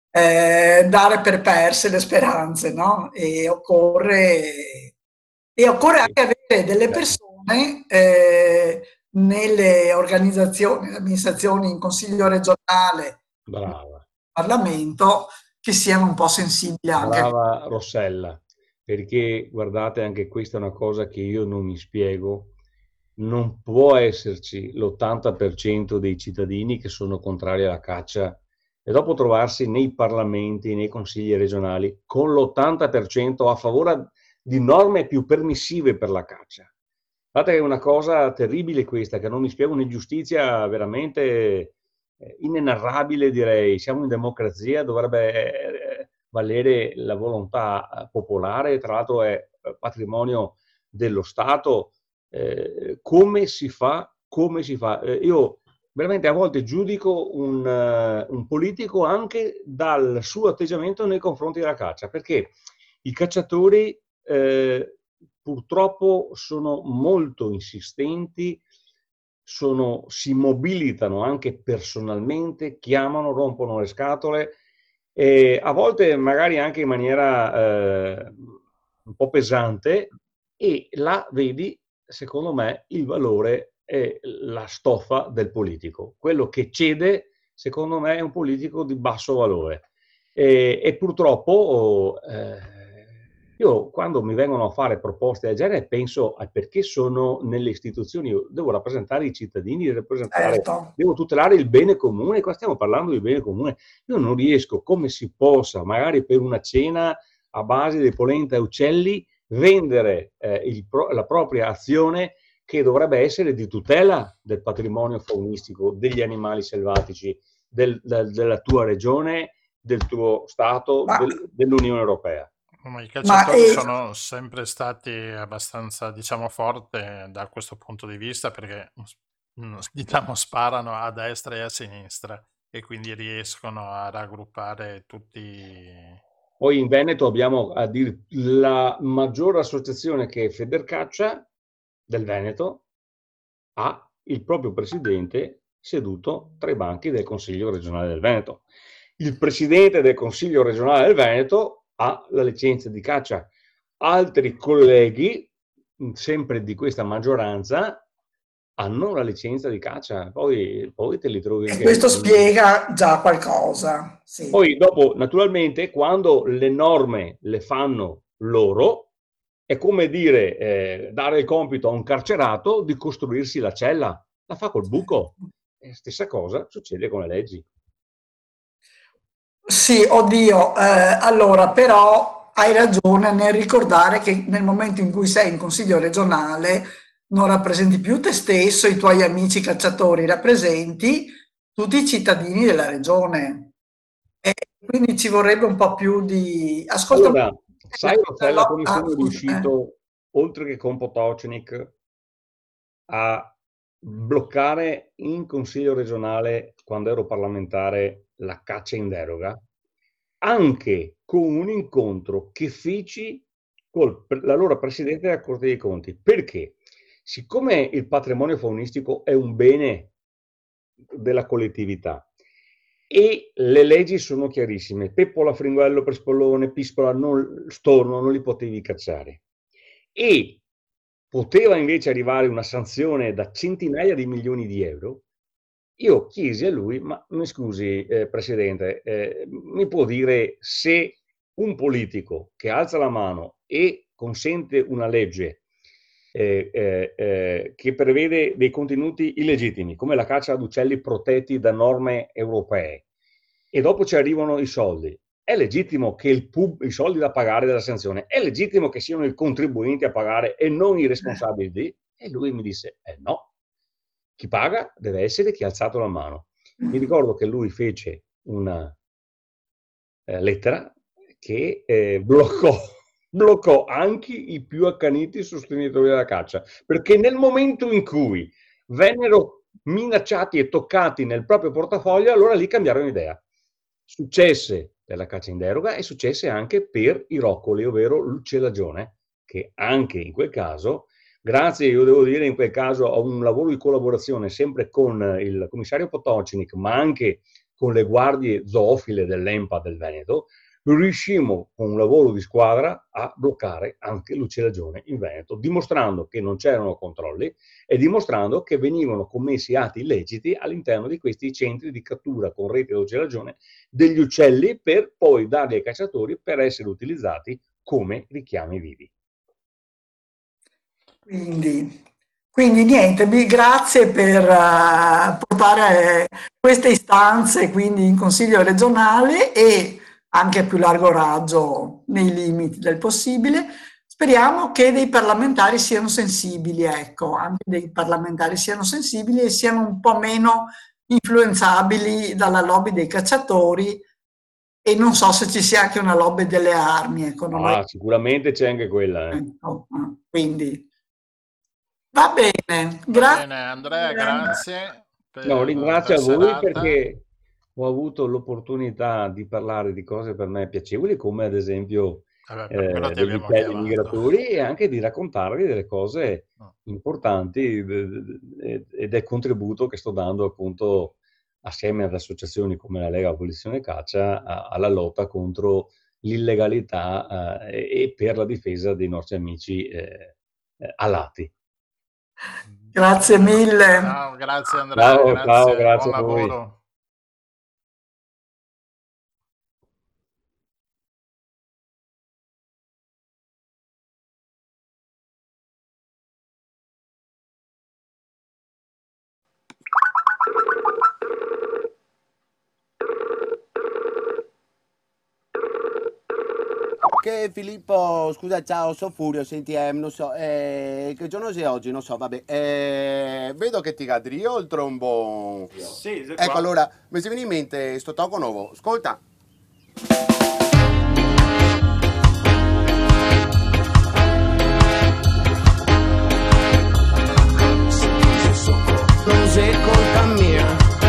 Eh, dare per perse le speranze, no? E occorre, e occorre anche avere delle persone eh, nelle organizzazioni, nelle amministrazioni, in consiglio regionale, Brava. Parlamento, che siano un po' sensibili anche. Brava Rossella, perché guardate, anche questa è una cosa che io non mi spiego. Non può esserci l'ottanta per cento dei cittadini che sono contrari alla caccia e dopo trovarsi nei parlamenti, nei consigli regionali, con l'ottanta per cento a favore di norme più permissive per la caccia. Guardate, è una cosa terribile questa, che non mi spiego, un'ingiustizia veramente inenarrabile, direi. Siamo in democrazia, dovrebbe valere la volontà popolare, tra l'altro è patrimonio dello Stato. Eh, come si fa? Come si fa? Eh, io veramente a volte giudico un, uh, un politico anche dal suo atteggiamento nei confronti della caccia, perché i cacciatori eh, purtroppo sono molto insistenti, sono, si mobilitano anche personalmente, chiamano, rompono le scatole e a volte magari anche in maniera eh, un po' pesante, e là vedi, secondo me, il valore è la stoffa del politico. Quello che cede, secondo me, è un politico di basso valore. E, e purtroppo eh, Io quando mi vengono a fare proposte del genere penso a perché sono nelle istituzioni, io devo rappresentare i cittadini, rappresentare, Certo. devo tutelare il bene comune, qua stiamo parlando di bene comune. Io non riesco, come si possa, magari per una cena a base di polenta e uccelli, vendere eh, il pro- la propria azione che dovrebbe essere di tutela del patrimonio faunistico, degli animali selvatici, del- del- della tua regione, del tuo Stato, Ma, del- dell'Unione Europea. Ma i ma cacciatori eh, sono sempre stati abbastanza, diciamo, forte da questo punto di vista perché, mm, diciamo, sparano a destra e a sinistra e quindi riescono a raggruppare tutti. Poi in Veneto abbiamo a dire la maggiore associazione che è Federcaccia del Veneto, ha il proprio presidente seduto tra i banchi del Consiglio regionale del Veneto. Il presidente del Consiglio regionale del Veneto ha la licenza di caccia. Altri colleghi, sempre di questa maggioranza, hanno la licenza di caccia. Poi, poi te li trovi e anche questo lì. spiega già qualcosa, sì. Poi dopo, naturalmente, quando le norme le fanno loro, è come dire, eh, dare il compito a un carcerato di costruirsi la cella. La fa col buco. E stessa cosa succede con le leggi. Sì, oddio, eh, allora però hai ragione nel ricordare che nel momento in cui sei in consiglio regionale non rappresenti più te stesso, i tuoi amici cacciatori, rappresenti tutti i cittadini della regione. E quindi ci vorrebbe un po' più di... Ascolta, Allora, sai, Rossella, come ah, sono scusa, eh. riuscito, oltre che con Potocnik, a bloccare in consiglio regionale, quando ero parlamentare, la caccia in deroga, anche con un incontro che feci con l'allora presidente della Corte dei Conti. Perché? Siccome il patrimonio faunistico è un bene della collettività e le leggi sono chiarissime, peppola, fringuello, prespollone, piscola, non, storno, non li potevi cacciare. E poteva invece arrivare una sanzione da centinaia di milioni di euro. Io chiesi a lui, ma mi scusi, eh, Presidente, eh, mi può dire se un politico che alza la mano e consente una legge eh, eh, eh, che prevede dei contenuti illegittimi, come la caccia ad uccelli protetti da norme europee, e dopo ci arrivano i soldi, è legittimo che il pub, i soldi da pagare della sanzione, è legittimo che siano i contribuenti a pagare e non i responsabili di? E lui mi disse, eh no, chi paga deve essere chi ha alzato la mano. Mi ricordo che lui fece una eh, lettera che eh, bloccò, bloccò anche i più accaniti sostenitori della caccia, perché nel momento in cui vennero minacciati e toccati nel proprio portafoglio, allora lì cambiarono idea. Successe per la caccia in deroga e successe anche per i roccoli, ovvero l'uccellagione, che anche in quel caso, grazie, io devo dire, in quel caso a un lavoro di collaborazione sempre con il commissario Potocnik, ma anche con le guardie zoofile dell'E M P A del Veneto, riuscimmo con un lavoro di squadra a bloccare anche l'uccellagione in Veneto, dimostrando che non c'erano controlli e dimostrando che venivano commessi atti illeciti all'interno di questi centri di cattura con rete d'uccellagione degli uccelli per poi darli ai cacciatori per essere utilizzati come richiami vivi. Quindi, quindi niente, mi- grazie per eh, portare queste istanze quindi in Consiglio regionale e anche a più largo raggio nei limiti del possibile. Speriamo che dei parlamentari siano sensibili, ecco, anche dei parlamentari siano sensibili e siano un po' meno influenzabili dalla lobby dei cacciatori e non so se ci sia anche una lobby delle armi, ecco, non ho Ah, sicuramente c'è anche quella. Eh. ecco, eh, quindi va bene, Va grazie. bene, Andrea, grazie per, No, ringrazio per a voi serata. perché ho avuto l'opportunità di parlare di cose per me piacevoli, come ad esempio Vabbè, per quello eh, ti degli abbiamo uccelli chiamato. migratori e anche di raccontarvi delle cose No. importanti de- de- de- e del contributo che sto dando appunto assieme ad associazioni come la Lega Abolizione Caccia a- alla lotta contro l'illegalità eh, e e per la difesa dei nostri amici eh, eh, alati. Grazie mille. Ciao, grazie Andrea, Ciao, ciao, grazie, grazie buon a voi. lavoro. Che Filippo, scusa, ciao, so Furio, senti, eh, non so, eh, che giorno sei oggi? Non so, vabbè, eh, vedo che ti cadrio il trombone. Sì, sei Ecco, qua. allora, mi si viene in mente sto tocco nuovo, ascolta. Non sei colpa mia,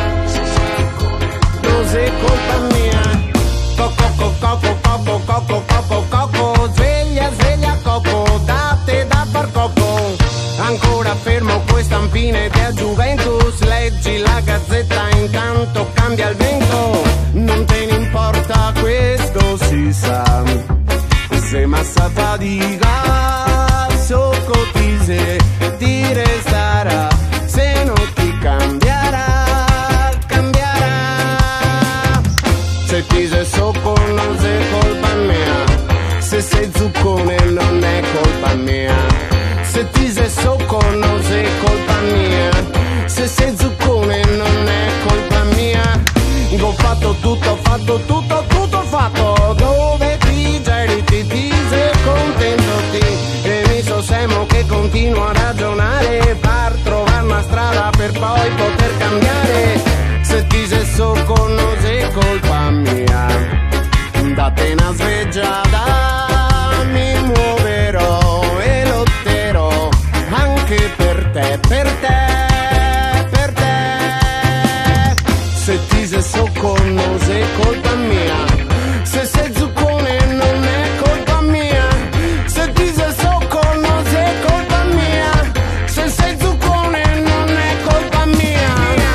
non sei colpa mia. Coco, coco, coco, coco, coco, coco, sveglia, sveglia, coco, date da far coco. Ancora fermo queste stampine del Juventus, leggi la gazzetta, intanto cambia il vento. Non te ne importa, questo si sa, se massa fatica, socco ti se, ti resterà, se non ti cambierà, cambierà. Se ti sei socco non sei colpa mia, se sei zuccone non è colpa mia. Se ti sei socco non sei colpa mia, se sei zuccone non è colpa mia. Ho fatto tutto, ho fatto tutto, tutto fatto, dove ti giri, ti ti sei contento ti. E mi so semo che continuo a ragionare per trovare una strada per poi poter cambiare. Se ti sei socco non sei colpa mia, date una sveggiata, mi muoverò e lotterò anche per te, per te, per te. Se ti sei socco non sei colpa mia, se sei zuccone non è colpa mia. Se ti sei socco non sei colpa mia, se sei zuccone non è colpa mia.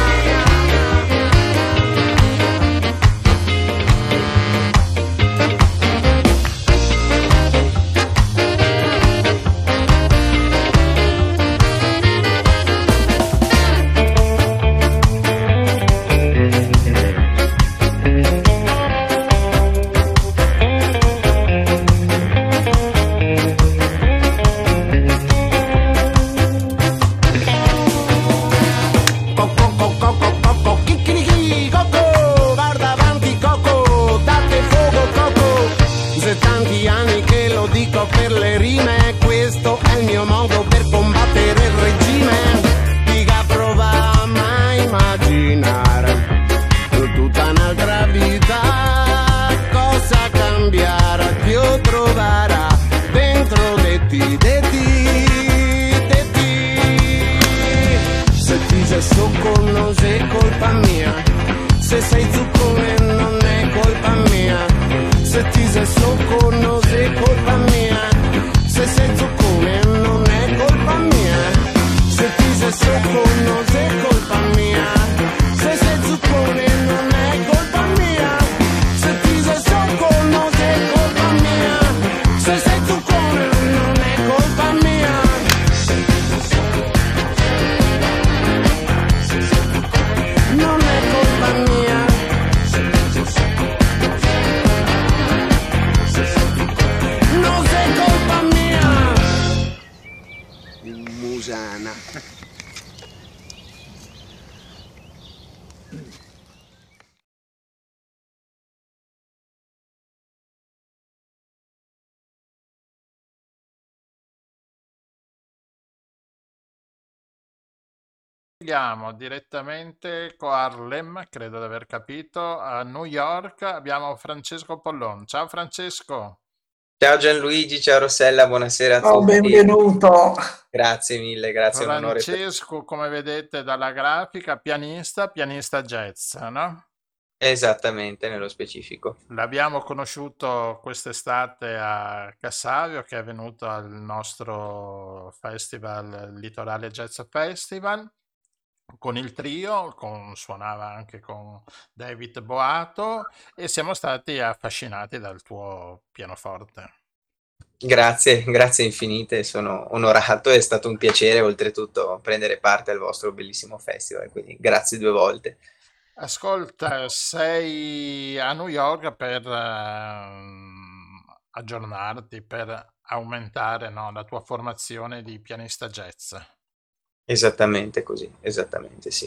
Coco, coco, coco, chicchirichi, coco, guarda avanti, coco, date fuoco, coco. Se tanti anni che lo dico per le rime, questo è il mio modo per combattere il regime. Dica prova mai immaginare tutta un'altra vita, cosa cambiare, Dio troverà dentro di ti, di ti, di ti. Se ti sei socco non sei colpa mia, se sei zuccone non è colpa mia. Se ti sei socco non sei colpa mia, se sei zuccone non è colpa mia. Se ti sei socco non sei colpa mia, se sei zuccone non è colpa mia. Se ti sei socco non sei colpa mia, se sei zuccone non è colpa mia. Non è colpa mia. Non sei colpa mia. Musana. Andiamo direttamente con Harlem, credo di aver capito, a New York abbiamo Francesco Pollon. Ciao Francesco. Ciao Gianluigi, ciao Rossella, buonasera a Ciao, tutti. benvenuto. Grazie mille, grazie, è un onore per Francesco, come vedete dalla grafica, pianista, pianista jazz, no? Esattamente, nello specifico. L'abbiamo conosciuto quest'estate a Cassavio, che è venuto al nostro festival, Litorale Jazz Festival, con il trio, con- suonava anche con David Boato e siamo stati affascinati dal tuo pianoforte. Grazie, grazie infinite, sono onorato, è stato un piacere oltretutto prendere parte al vostro bellissimo festival, quindi grazie due volte. Ascolta, sei a New York per ehm, aggiornarti, per aumentare, no, la tua formazione di pianista jazz. Esattamente così, esattamente sì.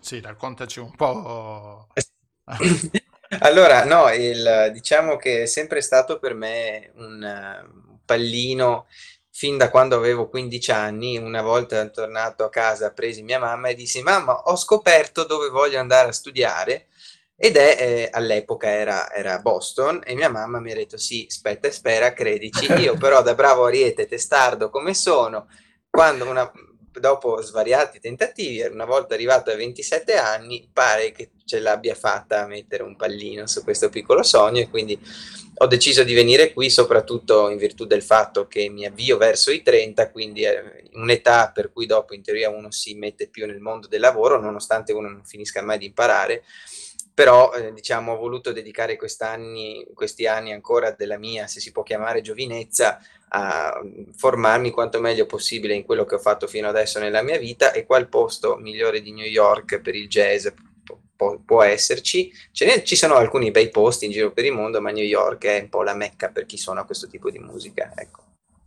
Sì, raccontaci un po'. Allora, no, il, diciamo che è sempre stato per me un, eh, un pallino fin da quando avevo quindici anni. Una volta tornato a casa, presi mia mamma e dissi: Mamma, ho scoperto dove voglio andare a studiare. Ed è, eh, all'epoca era, era Boston, e mia mamma mi ha detto: Sì, aspetta e spera, credici. Io però, da bravo ariete testardo come sono, quando una, dopo svariati tentativi, una volta arrivato ai ventisette anni, pare che ce l'abbia fatta a mettere un pallino su questo piccolo sogno, e quindi ho deciso di venire qui soprattutto in virtù del fatto che mi avvio verso i trenta, quindi è un'età per cui dopo in teoria uno si mette più nel mondo del lavoro, nonostante uno non finisca mai di imparare. Però eh, diciamo ho voluto dedicare quest'anni, questi anni ancora della mia, se si può chiamare, giovinezza, a formarmi quanto meglio possibile in quello che ho fatto fino adesso nella mia vita. E qual posto migliore di New York per il jazz può, può esserci? Ce ne, ci sono alcuni bei posti in giro per il mondo, ma New York è un po' la mecca per chi suona questo tipo di musica, ecco.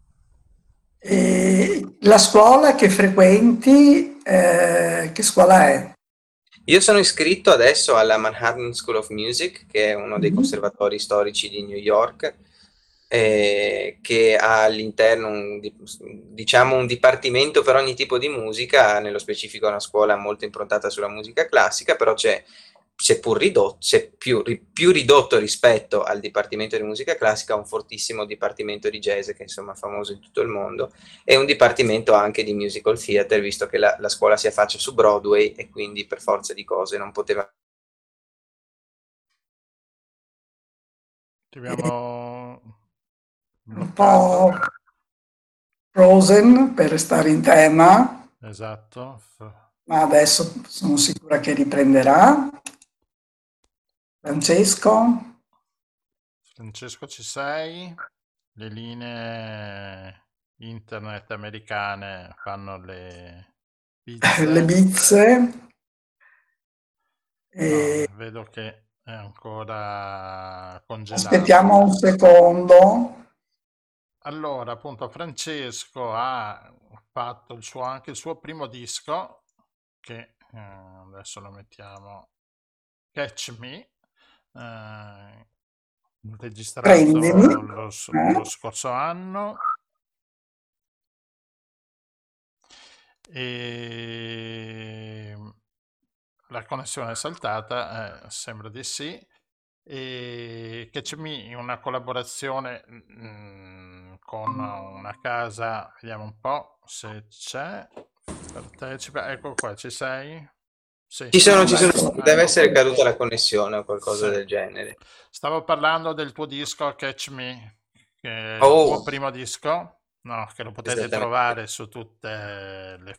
E la scuola che frequenti, eh, che scuola è? Io sono iscritto adesso alla Manhattan School of Music, che è uno dei conservatori storici di New York, eh, che ha all'interno un, diciamo, un dipartimento per ogni tipo di musica. Nello specifico è una scuola molto improntata sulla musica classica, però c'è, seppur ridotto, c'è più, più ridotto rispetto al dipartimento di musica classica, un fortissimo dipartimento di jazz che insomma è famoso in tutto il mondo, e un dipartimento anche di musical theater, visto che la, la scuola si affaccia su Broadway e quindi per forza di cose non poteva. Ti abbiamo un po' Frozen, per restare in tema. Esatto. Ma adesso sono sicura che riprenderà. Francesco? Francesco, ci sei? Le linee internet americane fanno le bizze. Le bizze. E... No, vedo che è ancora congelato. Aspettiamo un secondo. Allora, appunto, Francesco ha fatto il suo, anche il suo primo disco, che eh, adesso lo mettiamo, Catch Me, eh, registrato lo, lo, lo scorso anno. E la connessione è saltata, eh, sembra di sì. E Catch Me in una collaborazione mh, con una casa, vediamo un po' se c'è, partecipa, ecco qua, ci sei? Sì. Ci sono, ci sono, deve essere caduta la connessione o qualcosa Sì. del genere. Stavo parlando del tuo disco Catch Me, che è Oh. il tuo primo disco, no, che lo potete trovare su tutte le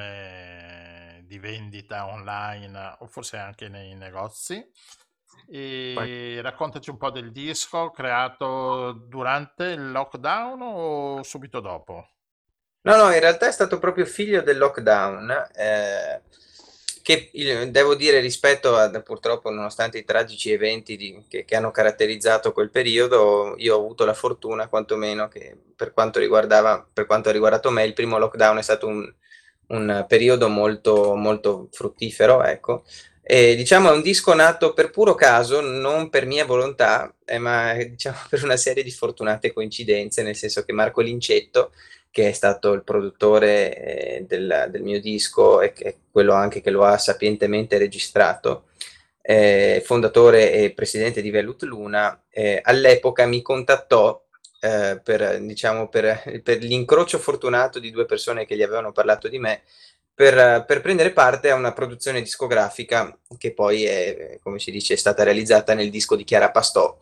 forme di vendita online o forse anche nei negozi. E Poi. Raccontaci un po' del disco creato durante il lockdown o subito dopo? No, no, in realtà è stato proprio figlio del lockdown, eh, che il- devo dire, rispetto a, purtroppo, nonostante i tragici eventi di- che, che hanno caratterizzato quel periodo, io ho avuto la fortuna, quantomeno, che per quanto riguardava, per quanto ha riguardato me, il primo lockdown è stato un, un periodo molto, molto fruttifero, ecco. E, diciamo, è un disco nato per puro caso, non per mia volontà, eh, ma diciamo per una serie di fortunate coincidenze, nel senso che Marco Lincetto, che è stato il produttore eh, del, del mio disco e che è quello anche che lo ha sapientemente registrato, eh, fondatore e presidente di Velut Luna, eh, all'epoca mi contattò eh, per, diciamo, per, per l'incrocio fortunato di due persone che gli avevano parlato di me, per, per prendere parte a una produzione discografica che poi è, come si dice, è stata realizzata nel disco di Chiara Pastò.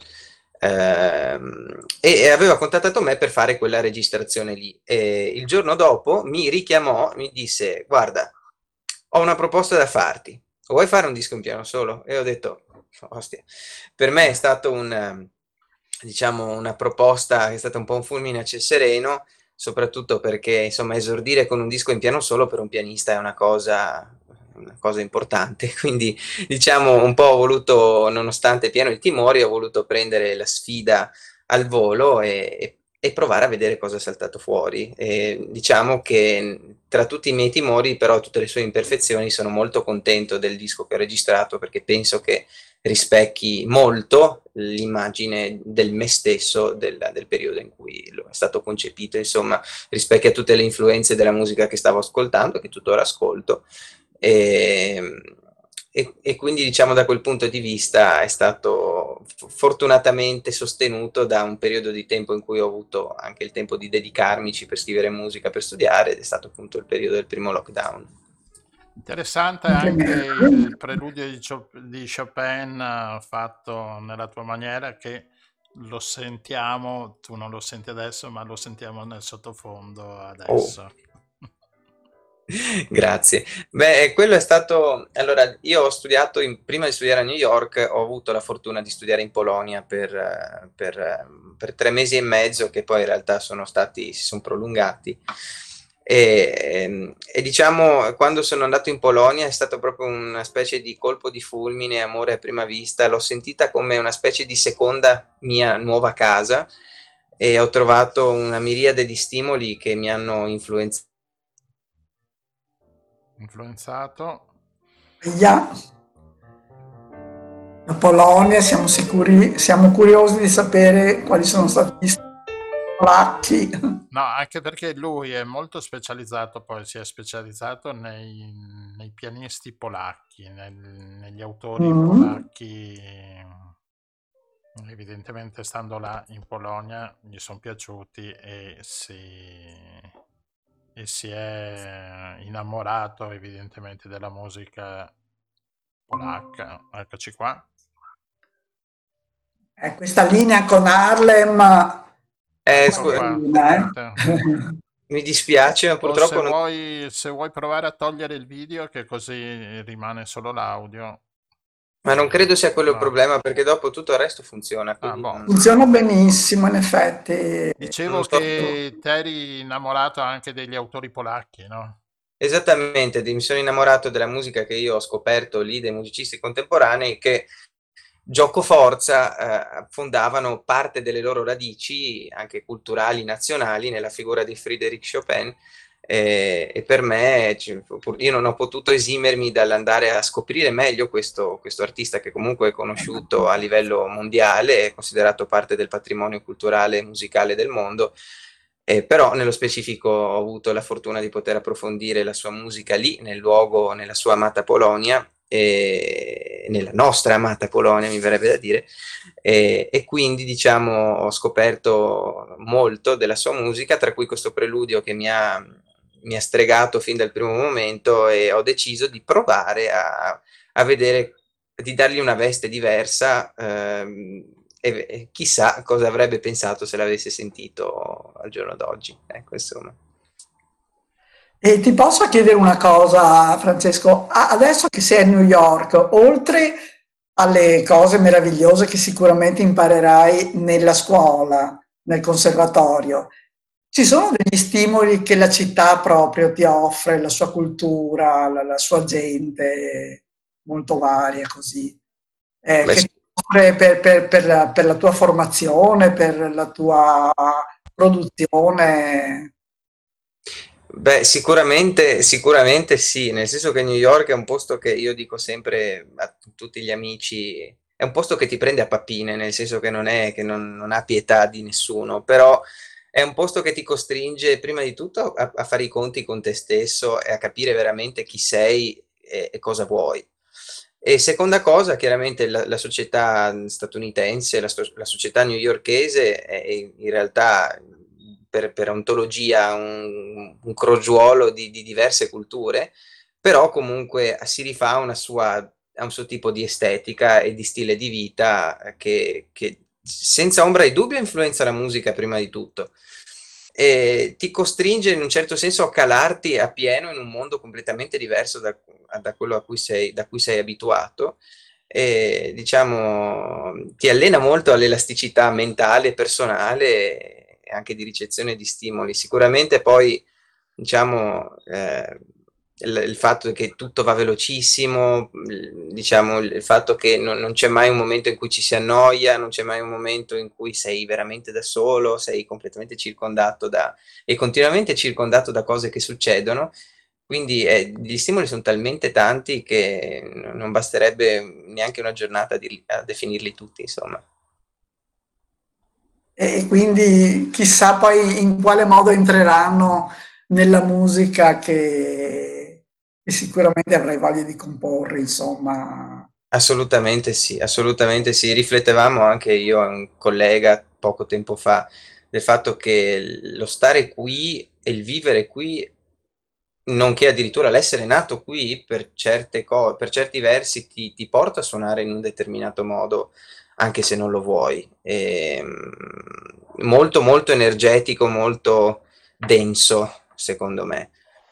Ehm, e, e aveva contattato me per fare quella registrazione lì, e il giorno dopo mi richiamò, mi disse: guarda, ho una proposta da farti, vuoi fare un disco in piano solo? E ho detto: ostia. Per me è stato un, diciamo, una proposta che è stata un po' un fulmine a ciel sereno, soprattutto perché insomma esordire con un disco in piano solo per un pianista è una cosa una cosa importante, quindi diciamo un po' ho voluto, nonostante pieno i timori, ho voluto prendere la sfida al volo, e, e e provare a vedere cosa è saltato fuori. E diciamo che tra tutti i miei timori, però tutte le sue imperfezioni, sono molto contento del disco che ho registrato, perché penso che rispecchi molto l'immagine del me stesso del, del periodo in cui lo è stato concepito, insomma rispecchia tutte le influenze della musica che stavo ascoltando, che tuttora ascolto, e, e, e quindi diciamo da quel punto di vista è stato fortunatamente sostenuto da un periodo di tempo in cui ho avuto anche il tempo di dedicarmici per scrivere musica, per studiare, ed è stato appunto il periodo del primo lockdown. Interessante anche il preludio di, Chop- di Chopin eh, fatto nella tua maniera, che lo sentiamo, tu non lo senti adesso, ma lo sentiamo nel sottofondo adesso. Oh. Grazie. Beh, quello è stato... Allora, io ho studiato, in... prima di studiare a New York, ho avuto la fortuna di studiare in Polonia per, per, per tre mesi e mezzo, che poi in realtà sono stati, si sono prolungati. E, e diciamo, quando sono andato in Polonia è stato proprio una specie di colpo di fulmine, amore a prima vista. L'ho sentita come una specie di seconda mia nuova casa, e ho trovato una miriade di stimoli che mi hanno influenzato. Influenzato. Via. La Polonia, siamo sicuri, siamo curiosi di sapere quali sono stati gli polacchi. No, anche perché lui è molto specializzato, poi si è specializzato nei, nei pianisti polacchi, nel- negli autori Mm. polacchi. Evidentemente, stando là in Polonia, gli sono piaciuti e si, e si è innamorato evidentemente della musica polacca. Eccoci qua. Eh, questa linea con Harlem, Eh, Ecco scu- qua. eh? Niente. mi dispiace, ma O se purtroppo non... vuoi, se vuoi provare a togliere il video, che così rimane solo l'audio. Ma non credo sia quello il No. problema, perché dopo tutto il resto funziona. Ah, Quindi boh. non- Funziona benissimo, in effetti. Dicevo non so- che ti eri innamorato anche degli autori polacchi, no? Esattamente, di- mi sono innamorato della musica che io ho scoperto lì, dei musicisti contemporanei che gioco forza eh, fondavano parte delle loro radici, anche culturali, nazionali, nella figura di Frédéric Chopin. E, e per me, cioè, pur- io non ho potuto esimermi dall'andare a scoprire meglio questo, questo artista, che comunque è conosciuto a livello mondiale, è considerato parte del patrimonio culturale e musicale del mondo. Eh, però nello specifico ho avuto la fortuna di poter approfondire la sua musica lì, nel luogo, nella sua amata Polonia, e nella nostra amata Polonia, mi verrebbe da dire, e, e quindi diciamo ho scoperto molto della sua musica, tra cui questo preludio che mi ha, mi ha stregato fin dal primo momento, e ho deciso di provare a, a vedere, di dargli una veste diversa. ehm, e, e chissà cosa avrebbe pensato se l'avesse sentito al giorno d'oggi. Ecco, insomma. E ti posso chiedere una cosa, Francesco? A- Adesso che sei a New York, oltre alle cose meravigliose che sicuramente imparerai nella scuola, nel conservatorio, ci sono degli stimoli che la città proprio ti offre, la sua cultura, la, la sua gente molto varia, così, eh, Beh, che ti offre per, per- per la, per la tua formazione, per la tua produzione? Beh, sicuramente, sicuramente sì, nel senso che New York è un posto che io dico sempre a t- tutti gli amici, è un posto che ti prende a pappine, nel senso che non è, che non, non ha pietà di nessuno, però è un posto che ti costringe prima di tutto a, a fare i conti con te stesso e a capire veramente chi sei e, e cosa vuoi. E seconda cosa, chiaramente la, la società statunitense, la, sto- la società newyorkese è in realtà per, per ontologia un, un crogiuolo di, di diverse culture, però comunque si rifà a una sua, a un suo tipo di estetica e di stile di vita che, che senza ombra di dubbio influenza la musica prima di tutto. E ti costringe in un certo senso a calarti a pieno in un mondo completamente diverso da, da quello a cui sei, da cui sei abituato, e diciamo ti allena molto all'elasticità mentale, personale e anche di ricezione di stimoli. Sicuramente poi diciamo eh, il, il fatto che tutto va velocissimo, diciamo il fatto che non, non c'è mai un momento in cui ci si annoia, non c'è mai un momento in cui sei veramente da solo, sei completamente circondato da, e continuamente circondato da cose che succedono. Quindi eh, gli stimoli sono talmente tanti che non basterebbe neanche una giornata di, a definirli tutti, insomma. E quindi chissà poi in quale modo entreranno nella musica che, che sicuramente avrai voglia di comporre, insomma. Assolutamente sì, assolutamente sì. Riflettevamo anche io e un collega poco tempo fa del fatto che lo stare qui e il vivere qui, nonché addirittura l'essere nato qui, per certe cose, per certi versi ti, ti porta a suonare in un determinato modo, anche se non lo vuoi. E, molto molto energetico, molto denso, secondo me.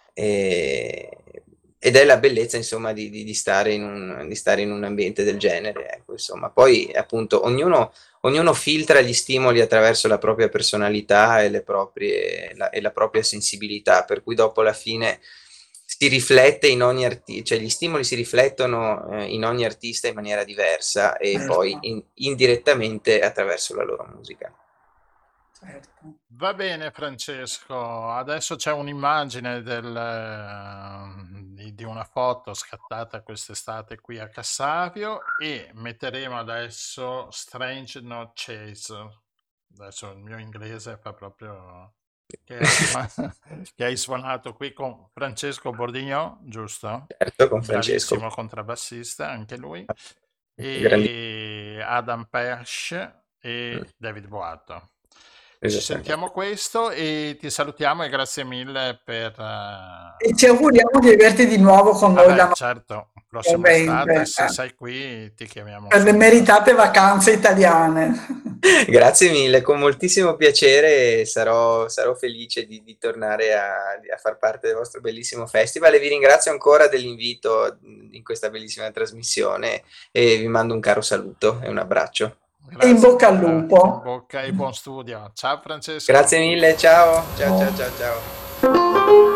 E, ed è la bellezza, insomma, di, di, di, stare in un, di stare in un ambiente del genere. Ecco, insomma. Poi, appunto, ognuno, ognuno filtra gli stimoli attraverso la propria personalità e, le proprie, la, e la propria sensibilità, per cui dopo alla fine si riflette in ogni artista, cioè gli stimoli si riflettono eh, in ogni artista in maniera diversa e Certo. poi in, indirettamente attraverso la loro musica. Certo. Va bene Francesco, adesso c'è un'immagine del, eh, di, di una foto scattata quest'estate qui a Cassavio e metteremo adesso Strange No Chaser. Adesso il mio inglese fa proprio... Che hai, suonato, che hai suonato qui con Francesco Bordignon, giusto? Certo, con Francesco. Bravissimo contrabbassista anche lui. Grandi. E Adam Pesch e Mm. David Boato. Ci Esattamente. sentiamo questo e ti salutiamo e grazie mille per... eh, E ci auguriamo di averti di nuovo con noi Vabbè, l'anno certo, prossima prossimo, estate, se eh, sei qui ti chiamiamo per le subito. meritate vacanze italiane. Grazie mille, con moltissimo piacere sarò, sarò felice di, di tornare a, a far parte del vostro bellissimo festival e vi ringrazio ancora dell'invito in questa bellissima trasmissione e vi mando un caro saluto e un abbraccio. E in Grazie bocca al mille, lupo. in bocca e buon studio. Ciao Francesco. Grazie mille, ciao, ciao, ciao, ciao, ciao.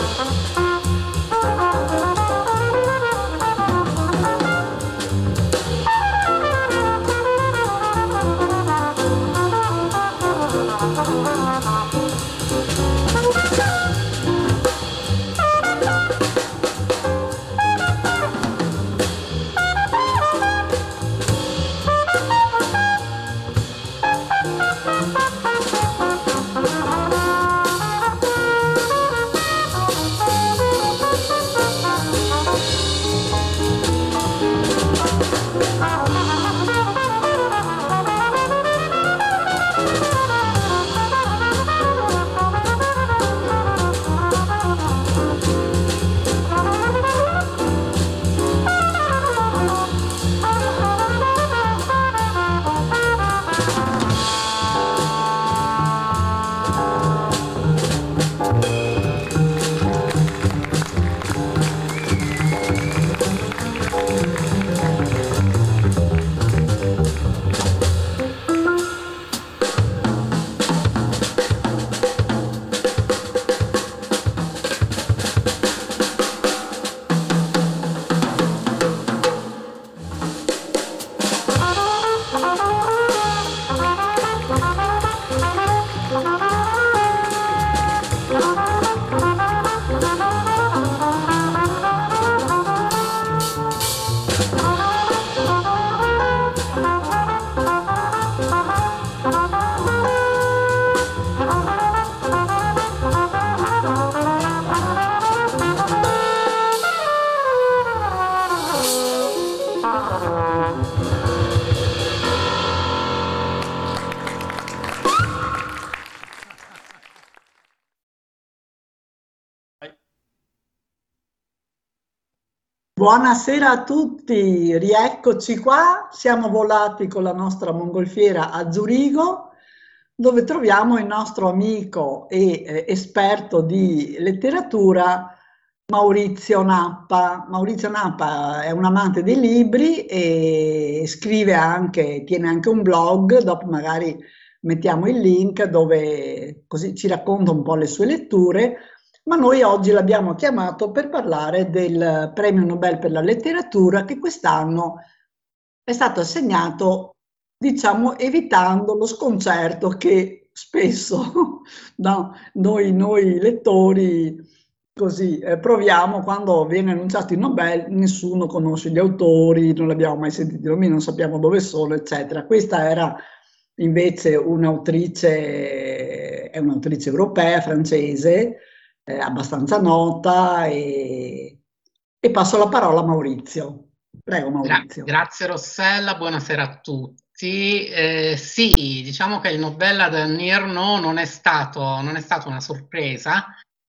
Buonasera a tutti, rieccoci qua, siamo volati con la nostra mongolfiera a Zurigo, dove troviamo il nostro amico e eh, esperto di letteratura Maurizio Nappa. Maurizio Nappa è un amante dei libri e scrive anche, tiene anche un blog, dopo magari mettiamo il link dove così ci racconta un po' le sue letture. Ma noi oggi l'abbiamo chiamato per parlare del Premio Nobel per la letteratura che quest'anno è stato assegnato, diciamo, evitando lo sconcerto che spesso no, noi, noi lettori così eh, proviamo quando viene annunciato il Nobel, nessuno conosce gli autori, non l'abbiamo mai sentito nomi, non sappiamo dove sono, eccetera. Questa era invece un'autrice, è un'autrice europea, francese, Eh, abbastanza nota e, e passo la parola a Maurizio. Prego Maurizio. Gra- grazie Rossella, buonasera a tutti. Eh, sì, diciamo che il Nobel ad Nirno non è stato, non è stato una sorpresa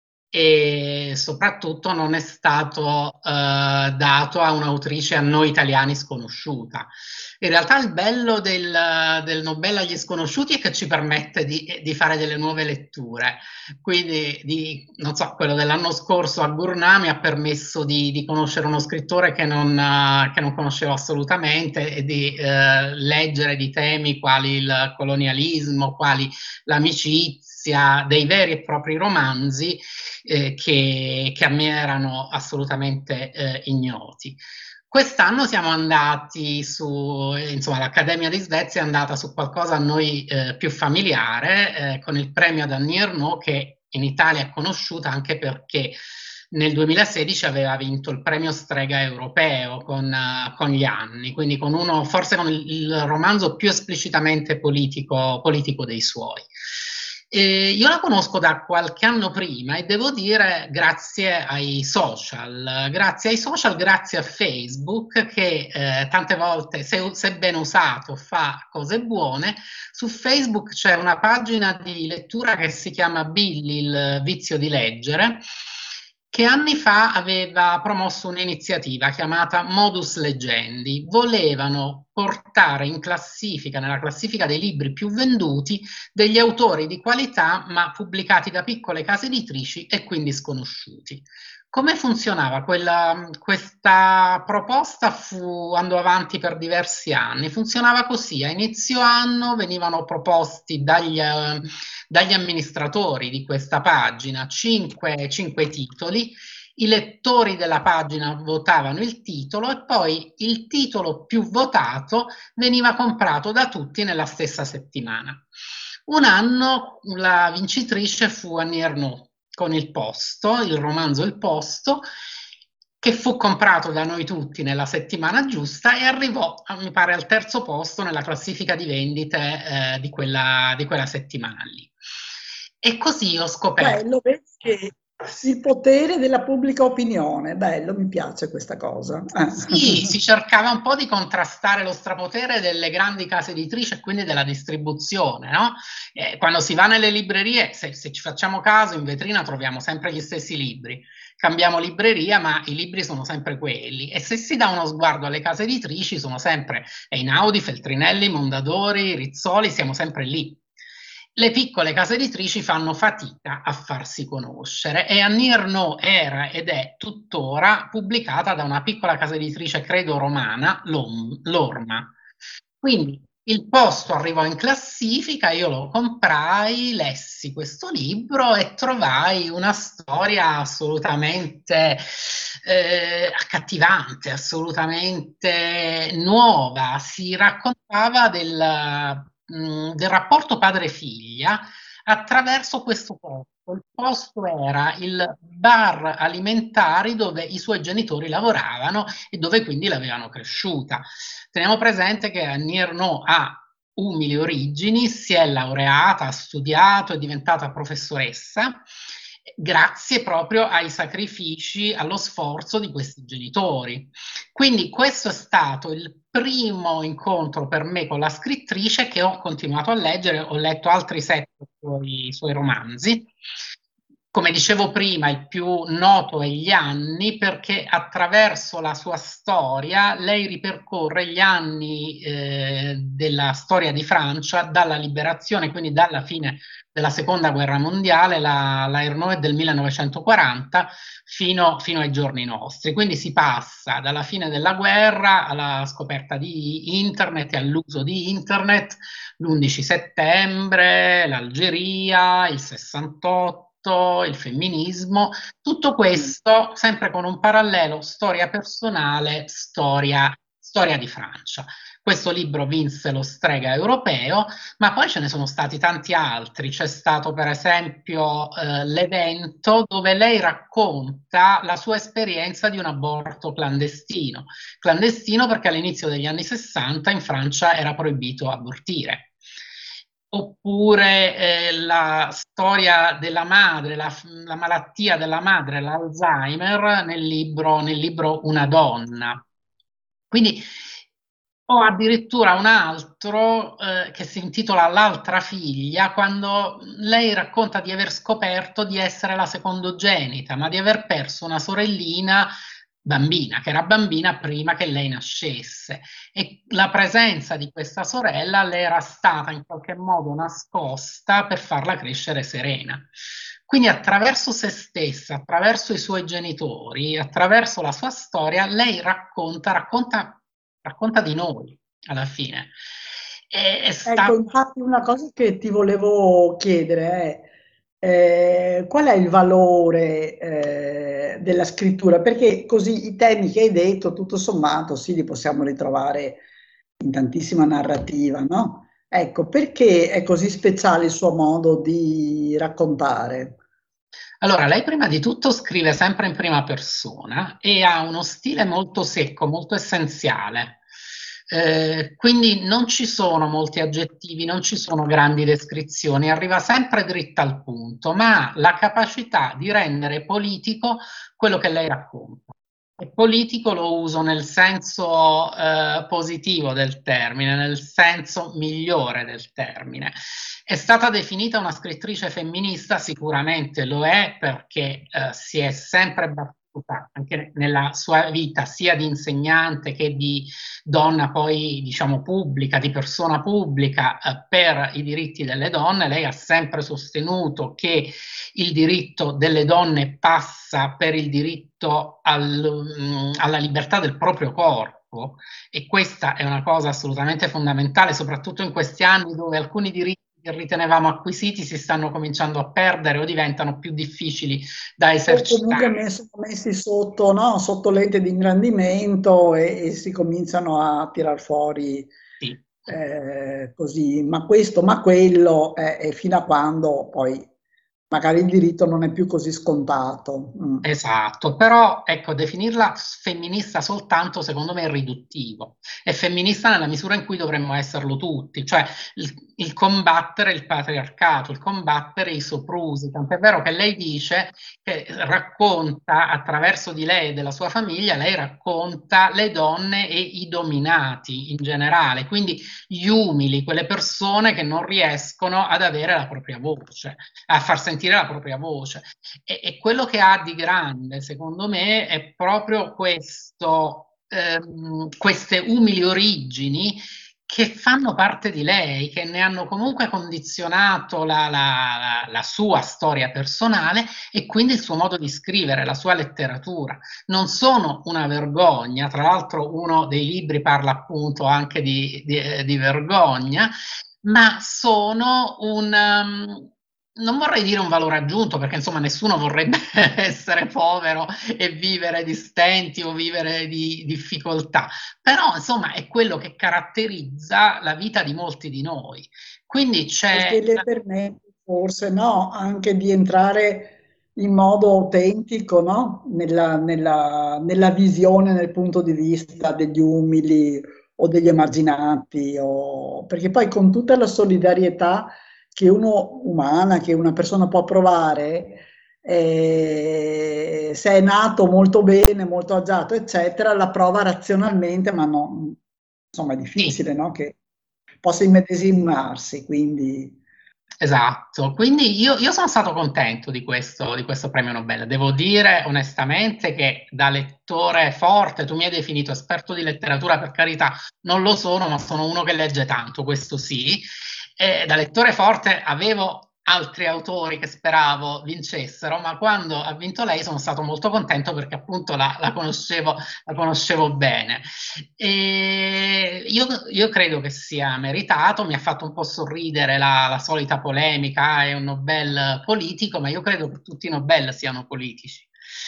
e soprattutto non è stato eh, dato a un'autrice a noi italiani sconosciuta. In realtà il bello del, del Nobel agli sconosciuti è che ci permette di, di fare delle nuove letture. Quindi, di, non so, quello dell'anno scorso a Gurnà mi ha permesso di, di conoscere uno scrittore che non, che non conoscevo assolutamente e di eh, leggere di temi quali il colonialismo, quali l'amicizia, dei veri e propri romanzi eh, che, che a me erano assolutamente eh, ignoti. Quest'anno siamo andati su, insomma, l'Accademia di Svezia è andata su qualcosa a noi eh, più familiare, eh, con il premio Annie Ernaux, che in Italia è conosciuta anche perché nel duemilasedici aveva vinto il premio Strega europeo con, uh, con Gli anni, quindi con uno, forse con il, il romanzo più esplicitamente politico, politico dei suoi. Eh, io la conosco da qualche anno prima e devo dire grazie ai social, grazie ai social, grazie a Facebook che eh, tante volte, se, se ben usato, fa cose buone. Su Facebook c'è una pagina di lettura che si chiama Billy, il vizio di leggere, che anni fa aveva promosso un'iniziativa chiamata Modus Legendi. Volevano portare in classifica, nella classifica dei libri più venduti, degli autori di qualità ma pubblicati da piccole case editrici e quindi sconosciuti. Come funzionava? Quella, questa proposta fu, andò avanti per diversi anni. Funzionava così: a inizio anno venivano proposti dagli, eh, dagli amministratori di questa pagina cinque, cinque titoli, i lettori della pagina votavano il titolo e poi il titolo più votato veniva comprato da tutti nella stessa settimana. Un anno la vincitrice fu Annie Ernaux con Il Posto, il romanzo Il Posto, che fu comprato da noi tutti nella settimana giusta e arrivò, mi pare, al terzo posto nella classifica di vendite eh, di, quella, di quella settimana lì. E così ho scoperto... Bello, vedi che il potere della pubblica opinione, bello, mi piace questa cosa. Eh. Sì, si cercava un po' di contrastare lo strapotere delle grandi case editrici e quindi della distribuzione, no? Eh, quando si va nelle librerie, se, se ci facciamo caso, in vetrina troviamo sempre gli stessi libri. Cambiamo libreria, ma i libri sono sempre quelli. E se si dà uno sguardo alle case editrici, sono sempre Einaudi, Feltrinelli, Mondadori, Rizzoli, siamo sempre lì. Le piccole case editrici fanno fatica a farsi conoscere e Annie Ernaux era ed è tuttora pubblicata da una piccola casa editrice, credo romana, l'Orma. Quindi Il Posto arrivò in classifica, io lo comprai, lessi questo libro e trovai una storia assolutamente eh, accattivante, assolutamente nuova. Si raccontava del... del rapporto padre-figlia attraverso questo posto. Il posto era il bar alimentari dove i suoi genitori lavoravano e dove quindi l'avevano cresciuta. Teniamo presente che Annie Ernaux ha umili origini, si è laureata, ha studiato, è diventata professoressa grazie proprio ai sacrifici, allo sforzo di questi genitori. Quindi questo è stato il primo incontro per me con la scrittrice, che ho continuato a leggere, ho letto altri sette suoi, suoi romanzi. Come dicevo prima, il più noto è Gli anni, perché attraverso la sua storia lei ripercorre gli anni eh, della storia di Francia, dalla liberazione, quindi dalla fine della seconda guerra mondiale, la, la Ernaux è del millenovecentoquaranta, fino, fino ai giorni nostri. Quindi si passa dalla fine della guerra alla scoperta di internet e all'uso di internet, l'undici settembre, l'Algeria, il sessantotto, il femminismo, tutto questo sempre con un parallelo storia personale, storia, storia di Francia. Questo libro vinse lo Strega Europeo, ma poi ce ne sono stati tanti altri. C'è stato per esempio eh, l'evento dove lei racconta la sua esperienza di un aborto clandestino. Clandestino perché all'inizio degli anni sessanta in Francia era proibito abortire. Oppure eh, la storia della madre, la, la malattia della madre, l'Alzheimer, nel libro, nel libro Una donna. Quindi ho addirittura un altro eh, che si intitola L'altra figlia, quando lei racconta di aver scoperto di essere la secondogenita, ma di aver perso una sorellina bambina, che era bambina prima che lei nascesse, e la presenza di questa sorella le era stata in qualche modo nascosta per farla crescere serena. Quindi attraverso se stessa, attraverso i suoi genitori, attraverso la sua storia, lei racconta, racconta, racconta di noi alla fine. È, è stato... Ecco, infatti una cosa che ti volevo chiedere è Eh, qual è il valore eh, della scrittura? Perché così i temi che hai detto, tutto sommato, sì, li possiamo ritrovare in tantissima narrativa, no? Ecco, perché è così speciale il suo modo di raccontare? Allora, lei prima di tutto scrive sempre in prima persona e ha uno stile molto secco, molto essenziale. Eh, quindi non ci sono molti aggettivi, non ci sono grandi descrizioni, arriva sempre dritta al punto, ma ha la capacità di rendere politico quello che lei racconta. E politico lo uso nel senso eh, positivo del termine, nel senso migliore del termine. È stata definita una scrittrice femminista, sicuramente lo è, perché eh, si è sempre battuta vissuta anche nella sua vita sia di insegnante che di donna poi diciamo pubblica, di persona pubblica eh, per i diritti delle donne. Lei ha sempre sostenuto che il diritto delle donne passa per il diritto al, mh, alla libertà del proprio corpo, e questa è una cosa assolutamente fondamentale, soprattutto in questi anni dove alcuni diritti che ritenevamo acquisiti si stanno cominciando a perdere o diventano più difficili da O esercitare. comunque messi, messi sotto, no, sotto lente di ingrandimento e, e si cominciano a tirar fuori Sì. eh, così, ma questo, ma quello, eh, e fino a quando poi magari il diritto non è più così scontato. Mm. Esatto, però ecco, definirla femminista soltanto secondo me è riduttivo. È femminista nella misura in cui dovremmo esserlo tutti, cioè il, il combattere il patriarcato, il combattere i soprusi. Tant'è vero che lei dice che racconta attraverso di lei e della sua famiglia, lei racconta le donne e i dominati in generale, quindi gli umili, quelle persone che non riescono ad avere la propria voce, a far sentire la propria voce. E, e quello che ha di grande, secondo me, è proprio questo, ehm, queste umili origini che fanno parte di lei, che ne hanno comunque condizionato la, la, la sua storia personale e quindi il suo modo di scrivere, la sua letteratura. Non sono una vergogna, tra l'altro uno dei libri parla appunto anche di, di, di vergogna, ma sono un... Um, non vorrei dire un valore aggiunto, perché insomma nessuno vorrebbe essere povero e vivere di stenti o vivere di difficoltà, però insomma è quello che caratterizza la vita di molti di noi. Quindi c'è... Perché le permette forse, no, anche di entrare in modo autentico, no? Nella, nella, nella visione, nel punto di vista degli umili o degli emarginati, o... perché poi con tutta la solidarietà che uno umana, che una persona può provare, eh, se è nato molto bene, molto agiato, eccetera, la prova razionalmente, ma no, insomma è difficile, no? Che possa immedesimarsi, quindi... Esatto, quindi io, io sono stato contento di questo, di questo premio Nobel. Devo dire onestamente che da lettore forte, tu mi hai definito esperto di letteratura, per carità, non lo sono, ma sono uno che legge tanto, questo sì. E da lettore forte avevo altri autori che speravo vincessero, ma quando ha vinto lei sono stato molto contento perché appunto la, la, conoscevo, la conoscevo bene. E io, io credo che sia meritato, mi ha fatto un po' sorridere la, la solita polemica, è un Nobel politico, ma io credo che tutti i Nobel siano politici.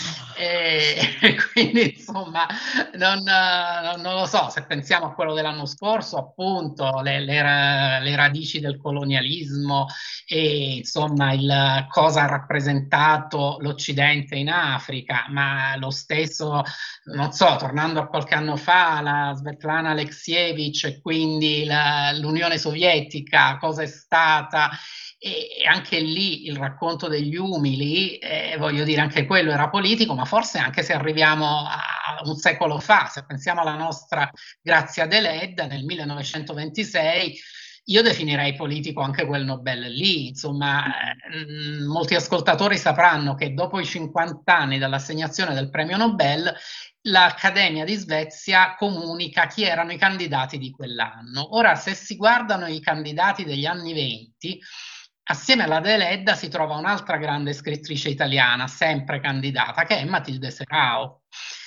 E, e quindi insomma non, non, non lo so, se pensiamo a quello dell'anno scorso, appunto le, le, le radici del colonialismo e insomma il cosa ha rappresentato l'Occidente in Africa, ma lo stesso, non so, tornando a qualche anno fa, la Svetlana Alexievich e quindi la, l'Unione Sovietica, cosa è stata. E anche lì il racconto degli umili, eh, voglio dire, anche quello era politico, ma forse anche se arriviamo a un secolo fa, se pensiamo alla nostra Grazia Deledda nel millenovecentoventisei, io definirei politico anche quel Nobel lì. Insomma, eh, molti ascoltatori sapranno che dopo i cinquanta anni dall'assegnazione del premio Nobel, l'Accademia di Svezia comunica chi erano i candidati di quell'anno. Ora, se si guardano i candidati degli anni venti, assieme alla Deledda si trova un'altra grande scrittrice italiana, sempre candidata, che è Matilde Serao.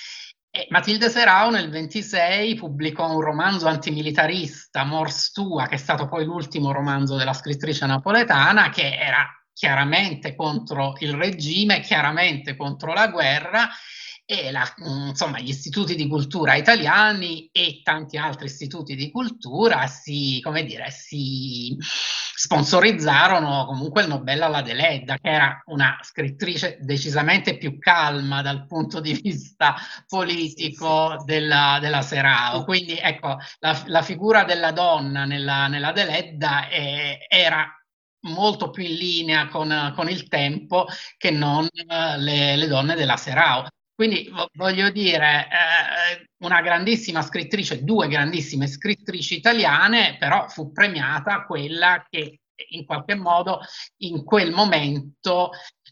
E Matilde Serao nel ventisei pubblicò un romanzo antimilitarista, Mors tua, che è stato poi l'ultimo romanzo della scrittrice napoletana, che era chiaramente contro il regime, chiaramente contro la guerra, e la, insomma, gli istituti di cultura italiani e tanti altri istituti di cultura si, come dire, si sponsorizzarono comunque il Nobel alla Deledda, che era una scrittrice decisamente più calma dal punto di vista politico della, della Serao. Quindi ecco, la, la figura della donna nella, nella Deledda è, era molto più in linea con, con il tempo che non le, le donne della Serao. Quindi voglio dire, eh, una grandissima scrittrice, due grandissime scrittrici italiane, però fu premiata quella che in qualche modo in quel momento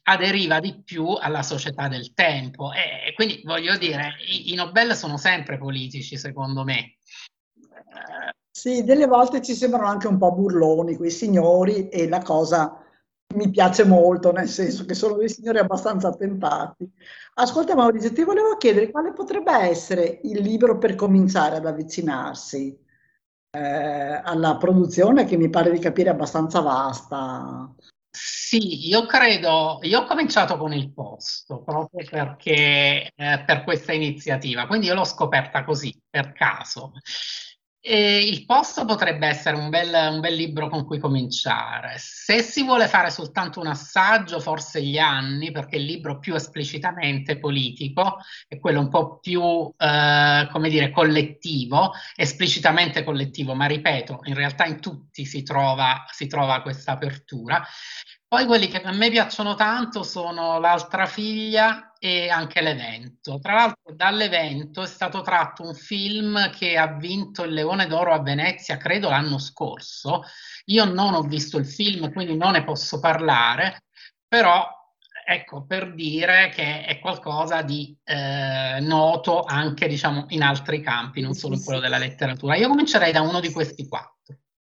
aderiva di più alla società del tempo. E quindi voglio dire, i, i Nobel sono sempre politici, secondo me. Sì, delle volte ci sembrano anche un po' burloni quei signori e la cosa mi piace molto, nel senso che sono dei signori abbastanza attentati. Ascolta Maurizio, ti volevo chiedere quale potrebbe essere il libro per cominciare ad avvicinarsi eh, alla produzione, che mi pare di capire abbastanza vasta. Sì, io credo, io ho cominciato con Il Posto proprio perché eh, per questa iniziativa, quindi io l'ho scoperta così, per caso. E Il Posto potrebbe essere un bel, un bel libro con cui cominciare. Se si vuole fare soltanto un assaggio, forse Gli Anni, perché il libro più esplicitamente politico è quello un po' più, eh, come dire, collettivo, esplicitamente collettivo, ma ripeto, in realtà in tutti si trova, si trova questa apertura. Poi quelli che a me piacciono tanto sono L'altra figlia e anche L'evento. Tra l'altro dall'Evento è stato tratto un film che ha vinto il Leone d'Oro a Venezia, credo l'anno scorso. Io non ho visto il film, quindi non ne posso parlare, però ecco, per dire che è qualcosa di eh, noto anche, diciamo, in altri campi, non solo in quello della letteratura. Io comincerei da uno di questi quattro.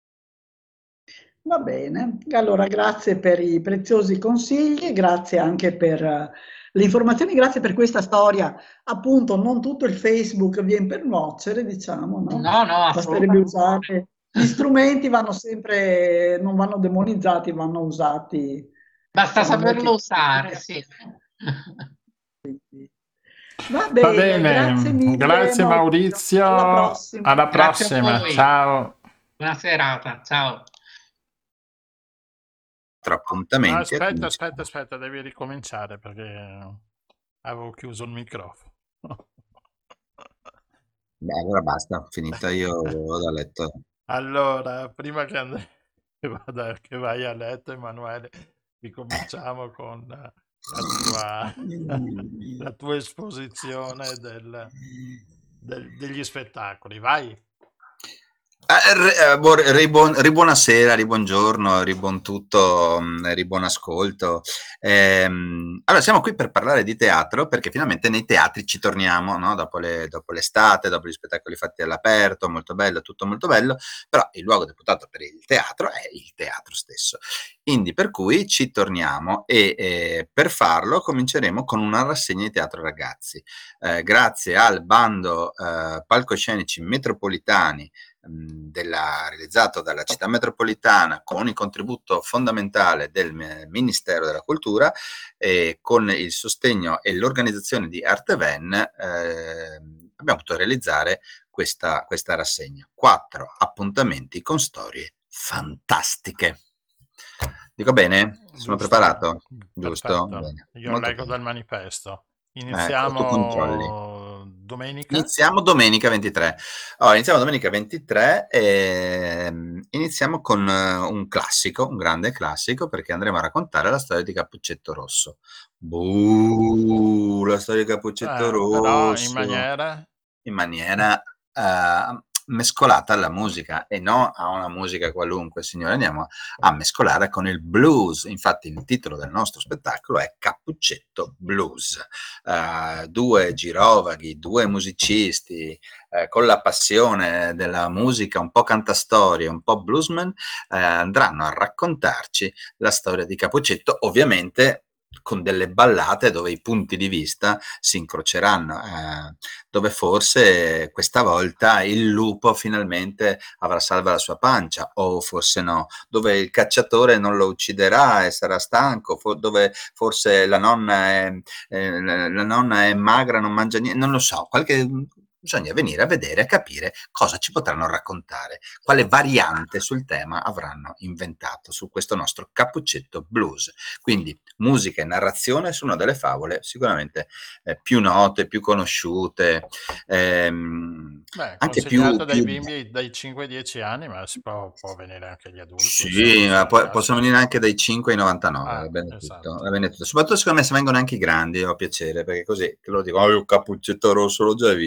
Va bene, allora grazie per i preziosi consigli, grazie anche per uh, le informazioni, grazie per questa storia. Appunto, non tutto il Facebook viene per nuocere, diciamo, no? No, no, basterebbe usare. Gli strumenti vanno sempre, non vanno demonizzati, vanno usati. Basta diciamo, saperlo molti... usare, sì. Va bene, Va bene. grazie mille. Grazie Maurizio. Alla prossima. Alla Grazie prossima. Ciao. Buona serata, ciao. Appuntamenti. Aspetta, aspetta, aspetta, devi ricominciare perché avevo chiuso il microfono. Beh, allora basta, finita, io vado a letto. Allora, prima che, and- che, vada, che vai a letto, Emanuele, ricominciamo con la tua, la tua esposizione del, del- degli spettacoli. Vai. Eh, eh, buon- ribuon- ribuonasera, ribuongiorno, ribuon tutto, mh, ribuon ascolto. Ehm, allora, siamo qui per parlare di teatro perché finalmente nei teatri ci torniamo, no? Dopo le- dopo l'estate, dopo gli spettacoli fatti all'aperto, molto bello, tutto molto bello, però il luogo deputato per il teatro è il teatro stesso. Quindi, per cui ci torniamo e eh, per farlo cominceremo con una rassegna di teatro ragazzi. Eh, grazie al bando eh, palcoscenici metropolitani della, realizzato dalla città metropolitana con il contributo fondamentale del Ministero della Cultura e con il sostegno e l'organizzazione di Arteven eh, abbiamo potuto realizzare questa, questa rassegna. Quattro appuntamenti con storie fantastiche. Dico bene? Sono Giusto. preparato? Giusto? Perfetto. Bene. Io Molto leggo bene. dal manifesto. Eh, Iniziamo domenica. Iniziamo domenica ventitré. Allora, iniziamo domenica ventitré e iniziamo con eh, un classico, un grande classico, perché andremo a raccontare la storia di Cappuccetto Rosso. Buh, la storia di Cappuccetto Eh, Rosso. però in maniera in maniera eh, mescolata alla musica e non a una musica qualunque, signore, andiamo a mescolare con il blues. Infatti il titolo del nostro spettacolo è Cappuccetto Blues. Eh, due girovaghi, due musicisti eh, con la passione della musica, un po' cantastorie, un po' bluesman, eh, andranno a raccontarci la storia di Cappuccetto, ovviamente con delle ballate dove i punti di vista si incroceranno, eh, dove forse questa volta il lupo finalmente avrà salva la sua pancia, o forse no, dove il cacciatore non lo ucciderà e sarà stanco, fo- dove forse la nonna è, eh, la nonna è magra, non mangia niente, non lo so, qualche... Bisogna venire a vedere, a capire cosa ci potranno raccontare, quale variante sul tema avranno inventato su questo nostro Cappuccetto Blues. Quindi musica e narrazione su una delle favole sicuramente eh, più note, più conosciute, ehm, Beh, anche più, consigliato dai più... bimbi dai cinque ai dieci anni, ma si può, può venire anche agli adulti. Sì, se- ma se poi piace. possono venire anche dai cinque ai novantanove, Ah, va bene esatto. tutto, va bene tutto. Soprattutto secondo me se vengono anche i grandi ho piacere, perché così che loro dicono, oh, il Cappuccetto Rosso l'ho già visto.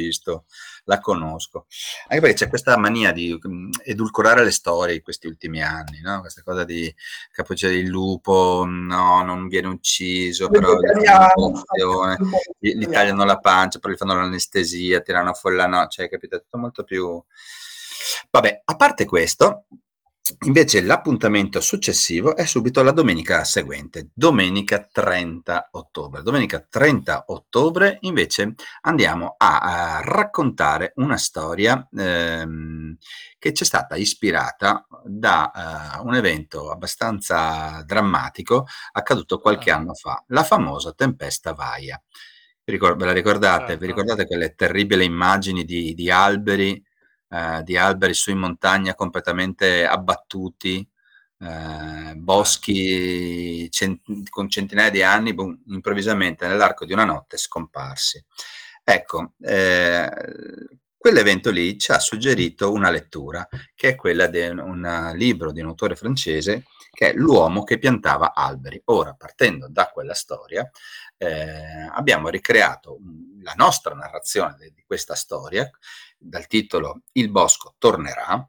la conosco. Anche perché c'è questa mania di mm, edulcorare le storie in questi ultimi anni, no? Questa cosa di Cappuccetto il lupo, no, non viene ucciso, però gli fanno l'operazione, gli, gli tagliano la pancia, poi gli fanno l'anestesia, tirano fuori la no, cioè, capito? È tutto molto più... Vabbè, a parte questo, invece l'appuntamento successivo è subito la domenica seguente, domenica trenta ottobre. Domenica trenta ottobre invece andiamo a, a raccontare una storia ehm, che ci è stata ispirata da uh, un evento abbastanza drammatico accaduto qualche Ah. anno fa, la famosa tempesta Vaia. Vi ricor- Ve la ricordate? Certo. Vi ricordate quelle terribili immagini di, di alberi, eh, di alberi su in montagna completamente abbattuti, eh, boschi cent- con centinaia di anni, boom, improvvisamente nell'arco di una notte scomparsi. Ecco, eh, quell'evento lì ci ha suggerito una lettura, che è quella di un libro di un autore francese che è L'uomo che piantava alberi. Ora, partendo da quella storia, eh, abbiamo ricreato mm, la nostra narrazione de- di questa storia dal titolo Il bosco tornerà,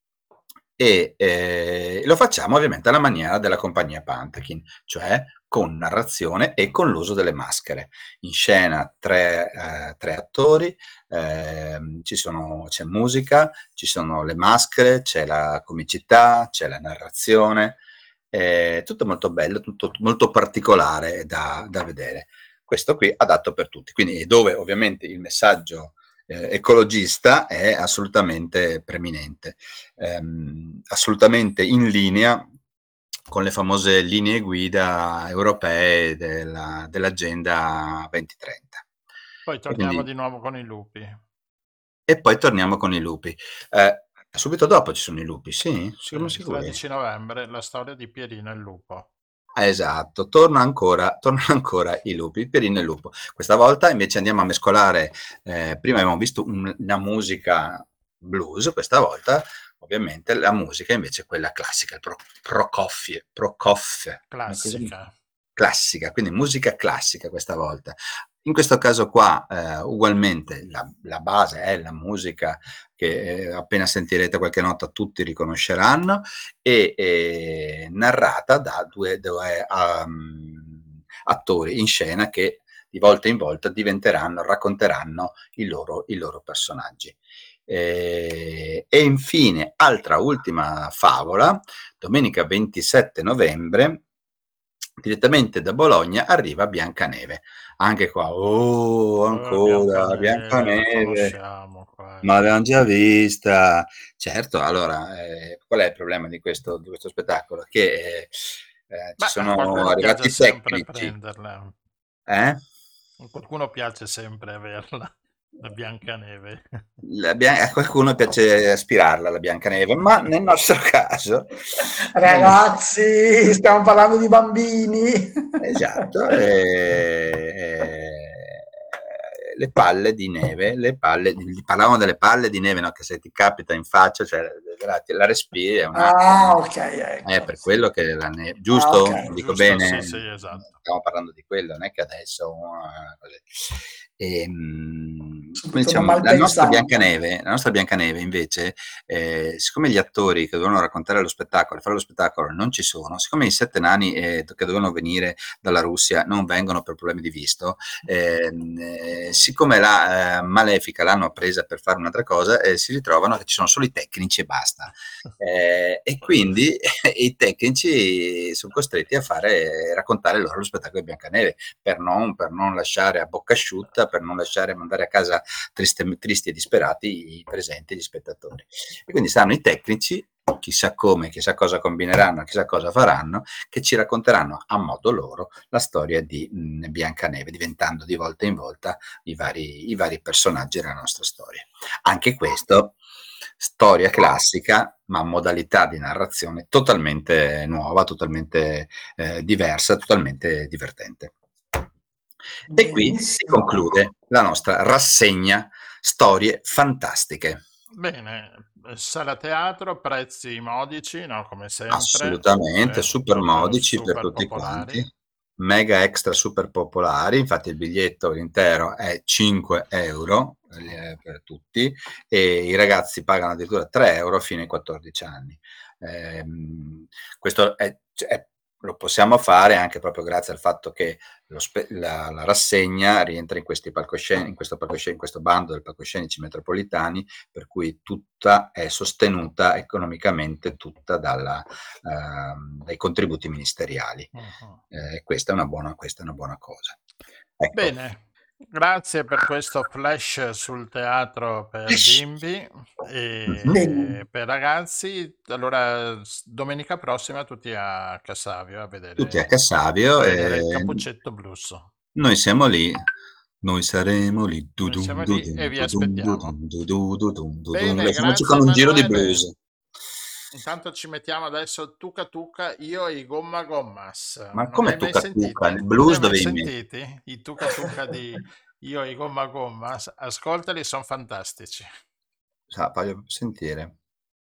e eh, lo facciamo ovviamente alla maniera della compagnia Pantekin, cioè con narrazione e con l'uso delle maschere. In scena tre, eh, tre attori, ehm, ci sono, c'è musica, ci sono le maschere, c'è la comicità, c'è la narrazione, è tutto molto bello, tutto molto particolare da, da vedere. Questo qui adatto per tutti, quindi dove ovviamente il messaggio eh, ecologista è assolutamente preminente, ehm, assolutamente in linea con le famose linee guida europee della, dell'Agenda duemilatrenta. Poi E torniamo quindi- di nuovo con i lupi. e poi torniamo con i lupi. Eh, subito dopo ci sono i lupi, sì? Sì, Siamo il sicuri? tredici novembre, la storia di Pierino e il lupo. Ah, esatto, torna ancora, tornano ancora i lupi, Pierino e il lupo. Questa volta invece andiamo a mescolare, eh, prima abbiamo visto un- una musica blues, questa volta ovviamente la musica invece è quella classica, il pro, Prokofiev, Prokofiev, Classica. classica, quindi musica classica questa volta. In questo caso qua, eh, ugualmente, la, la base è la musica che eh, appena sentirete qualche nota tutti riconosceranno, e eh, narrata da due, due um, attori in scena che di volta in volta diventeranno, racconteranno i loro, i loro personaggi. Eh, e infine, altra ultima favola, domenica ventisette novembre, direttamente da Bologna arriva Biancaneve. Anche qua, oh, Eh, ancora Biancaneve, la Biancaneve, conosciamo qua. ma l'abbiamo già vista. Certo, allora, eh, qual è il problema di questo, di questo spettacolo? Che eh, eh, ci Beh, a sono qualcuno arrivati piace i sempre tecnici, prenderla. eh? A qualcuno piace sempre averla, la Biancaneve. La Bia- a qualcuno piace aspirarla la Biancaneve, ma nel nostro caso, Ragazzi, stiamo parlando di bambini. esatto, eh, eh, le palle di neve, le palle, di- parlavamo delle palle di neve, no? Che se ti capita in faccia, cioè la, la respiri, è una, Ah, ok, ecco. è per quello che la neve, giusto? Ah, ok. Dico Giusto, bene? sì, sì, esatto. Stiamo parlando di quello, non è che adesso uh, così. Ehm, Subito come diciamo, una la nostra malpensanza. Biancaneve, la nostra Biancaneve invece, eh, siccome gli attori che dovevano raccontare lo spettacolo, fare lo spettacolo non ci sono, siccome i sette nani eh, che dovevano venire dalla Russia non vengono per problemi di visto, ehm, eh, siccome la eh, Malefica l'hanno presa per fare un'altra cosa, eh, si ritrovano che ci sono solo i tecnici e basta. Eh, e quindi i tecnici sono costretti a fare raccontare loro lo spettacolo di Biancaneve per non, per non lasciare a bocca asciutta, per non lasciare mandare a casa triste, tristi e disperati i presenti, gli spettatori. E quindi stanno i tecnici, chissà come, chissà cosa combineranno, chissà cosa faranno, che ci racconteranno a modo loro la storia di mh, Biancaneve, diventando di volta in volta i vari, i vari personaggi della nostra storia. Anche questo, storia classica, ma modalità di narrazione totalmente nuova, totalmente eh, diversa, totalmente divertente. E qui si Benissimo. conclude la nostra rassegna storie fantastiche. Bene, sala teatro, prezzi modici, no? Come sempre. Assolutamente, Sì, super proprio modici per super tutti popolari. quanti, mega extra super popolari, infatti il biglietto intero è cinque euro, eh, per tutti, e i ragazzi pagano addirittura tre euro fino ai quattordici anni. Eh, questo è, è, lo possiamo fare anche proprio grazie al fatto che lo spe- la, la rassegna rientra in questi palcoscenici, in questo palcoscenico, in questo bando del palcoscenici metropolitani, per cui tutta è sostenuta economicamente tutta dalla, uh, dai contributi ministeriali. Uh-huh. Eh, questa è una buona, questa è una buona cosa. Ecco. Bene. Grazie per questo flash sul teatro per bimbi e Mm-hmm. per ragazzi. Allora, domenica prossima tutti a Cassavio a vedere, tutti a Cassavio a vedere e... il Cappuccetto Blues. Noi siamo lì, noi saremo lì, du, noi du, siamo du, lì du, e vi du, aspettiamo. Du, du, du, du, du, Bene, lasciamoci grazie con un giro di Emanuele. blues. Intanto ci mettiamo adesso Tuca Tuca, io e i Gomma Gommas. Ma non come li hai mai Tuca sentiti? Tuca? Il blues non li hai dove mai mi sentiti? I Tuca Tuca di io e i Gomma Gommas? Ascoltali, sono fantastici. Sa, voglio sentire.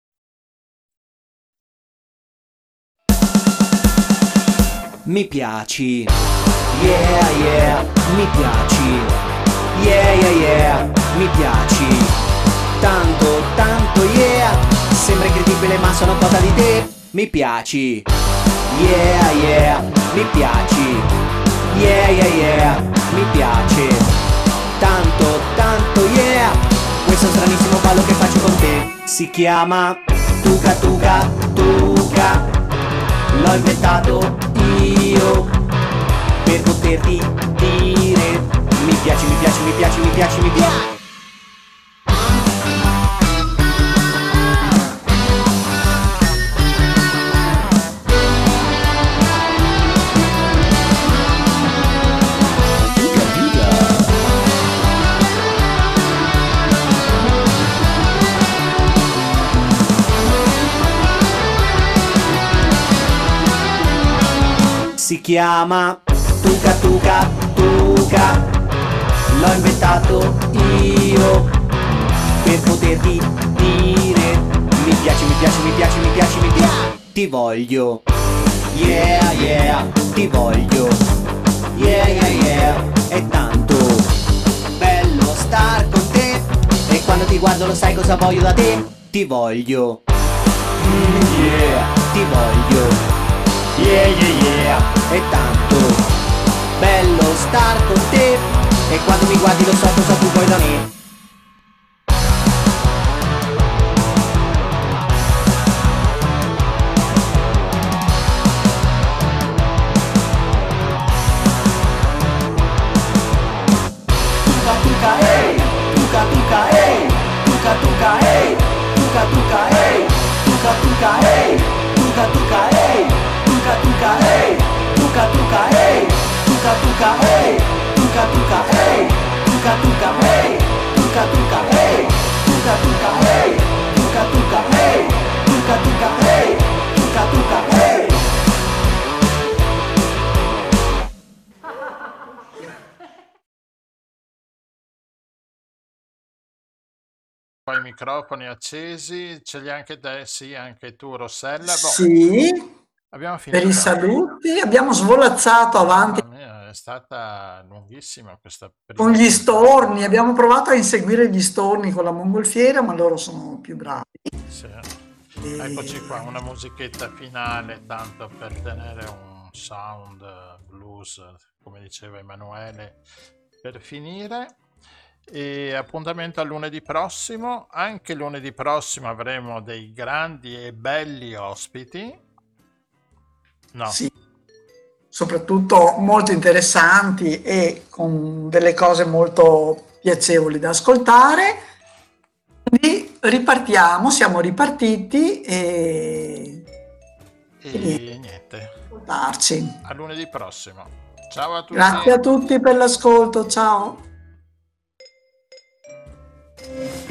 Mi piaci, yeah yeah, mi piaci, yeah yeah yeah, mi piaci, tanto tanto yeah, sembra incredibile ma sono cosa di te, mi piaci, yeah yeah, mi piaci, yeah yeah yeah, mi piace, tanto tanto yeah, questo stranissimo ballo che faccio con te, si chiama Tuca Tuca Tuca, l'ho inventato io per poterti dire mi piaci, mi piaci, mi piaci, mi piaci, mi piaci. Si chiama Tuca Tuca Tuca, l'ho inventato io per poterti dire mi piaci, mi piaci, mi piaci, mi piaci, mi piaci, ti voglio, yeah yeah, ti voglio, yeah yeah yeah, è tanto bello star con te e quando ti guardo lo sai cosa voglio da te, ti voglio, mm, yeah, ti voglio, yeah yeah yeah, è tanto bello star con te e quando mi guardi lo so cosa tu vuoi da me. Tuca tuca hey, tuca tuca hey, tuca tuca hey, tuca tuca hey, tuca tuca hey, tuca tuca hey, tuca tuca hey, tuca tuca hey, tuca tuca hey, tuca tuca hey, tuca tuca hey, tuca tuca hey, tuca tuca hey, tuca tuca hey, tuca tuca hey, tuca tuca hey. Poi i microfoni accesi, ce li hai anche te, sì, anche tu Rossella. Boh, Sì, abbiamo finito. per i saluti abbiamo svolazzato avanti. Mamma mia, è stata lunghissima questa prima Con gli puntata. storni, abbiamo provato a inseguire gli storni con la mongolfiera, ma loro sono più bravi. Sì. E- Eccoci qua, una musichetta finale, tanto per tenere un sound blues, come diceva Emanuele, per finire. E appuntamento a lunedì prossimo. Anche lunedì prossimo avremo dei grandi e belli ospiti. No. Sì, soprattutto molto interessanti e con delle cose molto piacevoli da ascoltare. Quindi ripartiamo, siamo ripartiti e, E niente. ascoltarci. A lunedì prossimo. Ciao a tutti. Grazie a tutti per l'ascolto, ciao.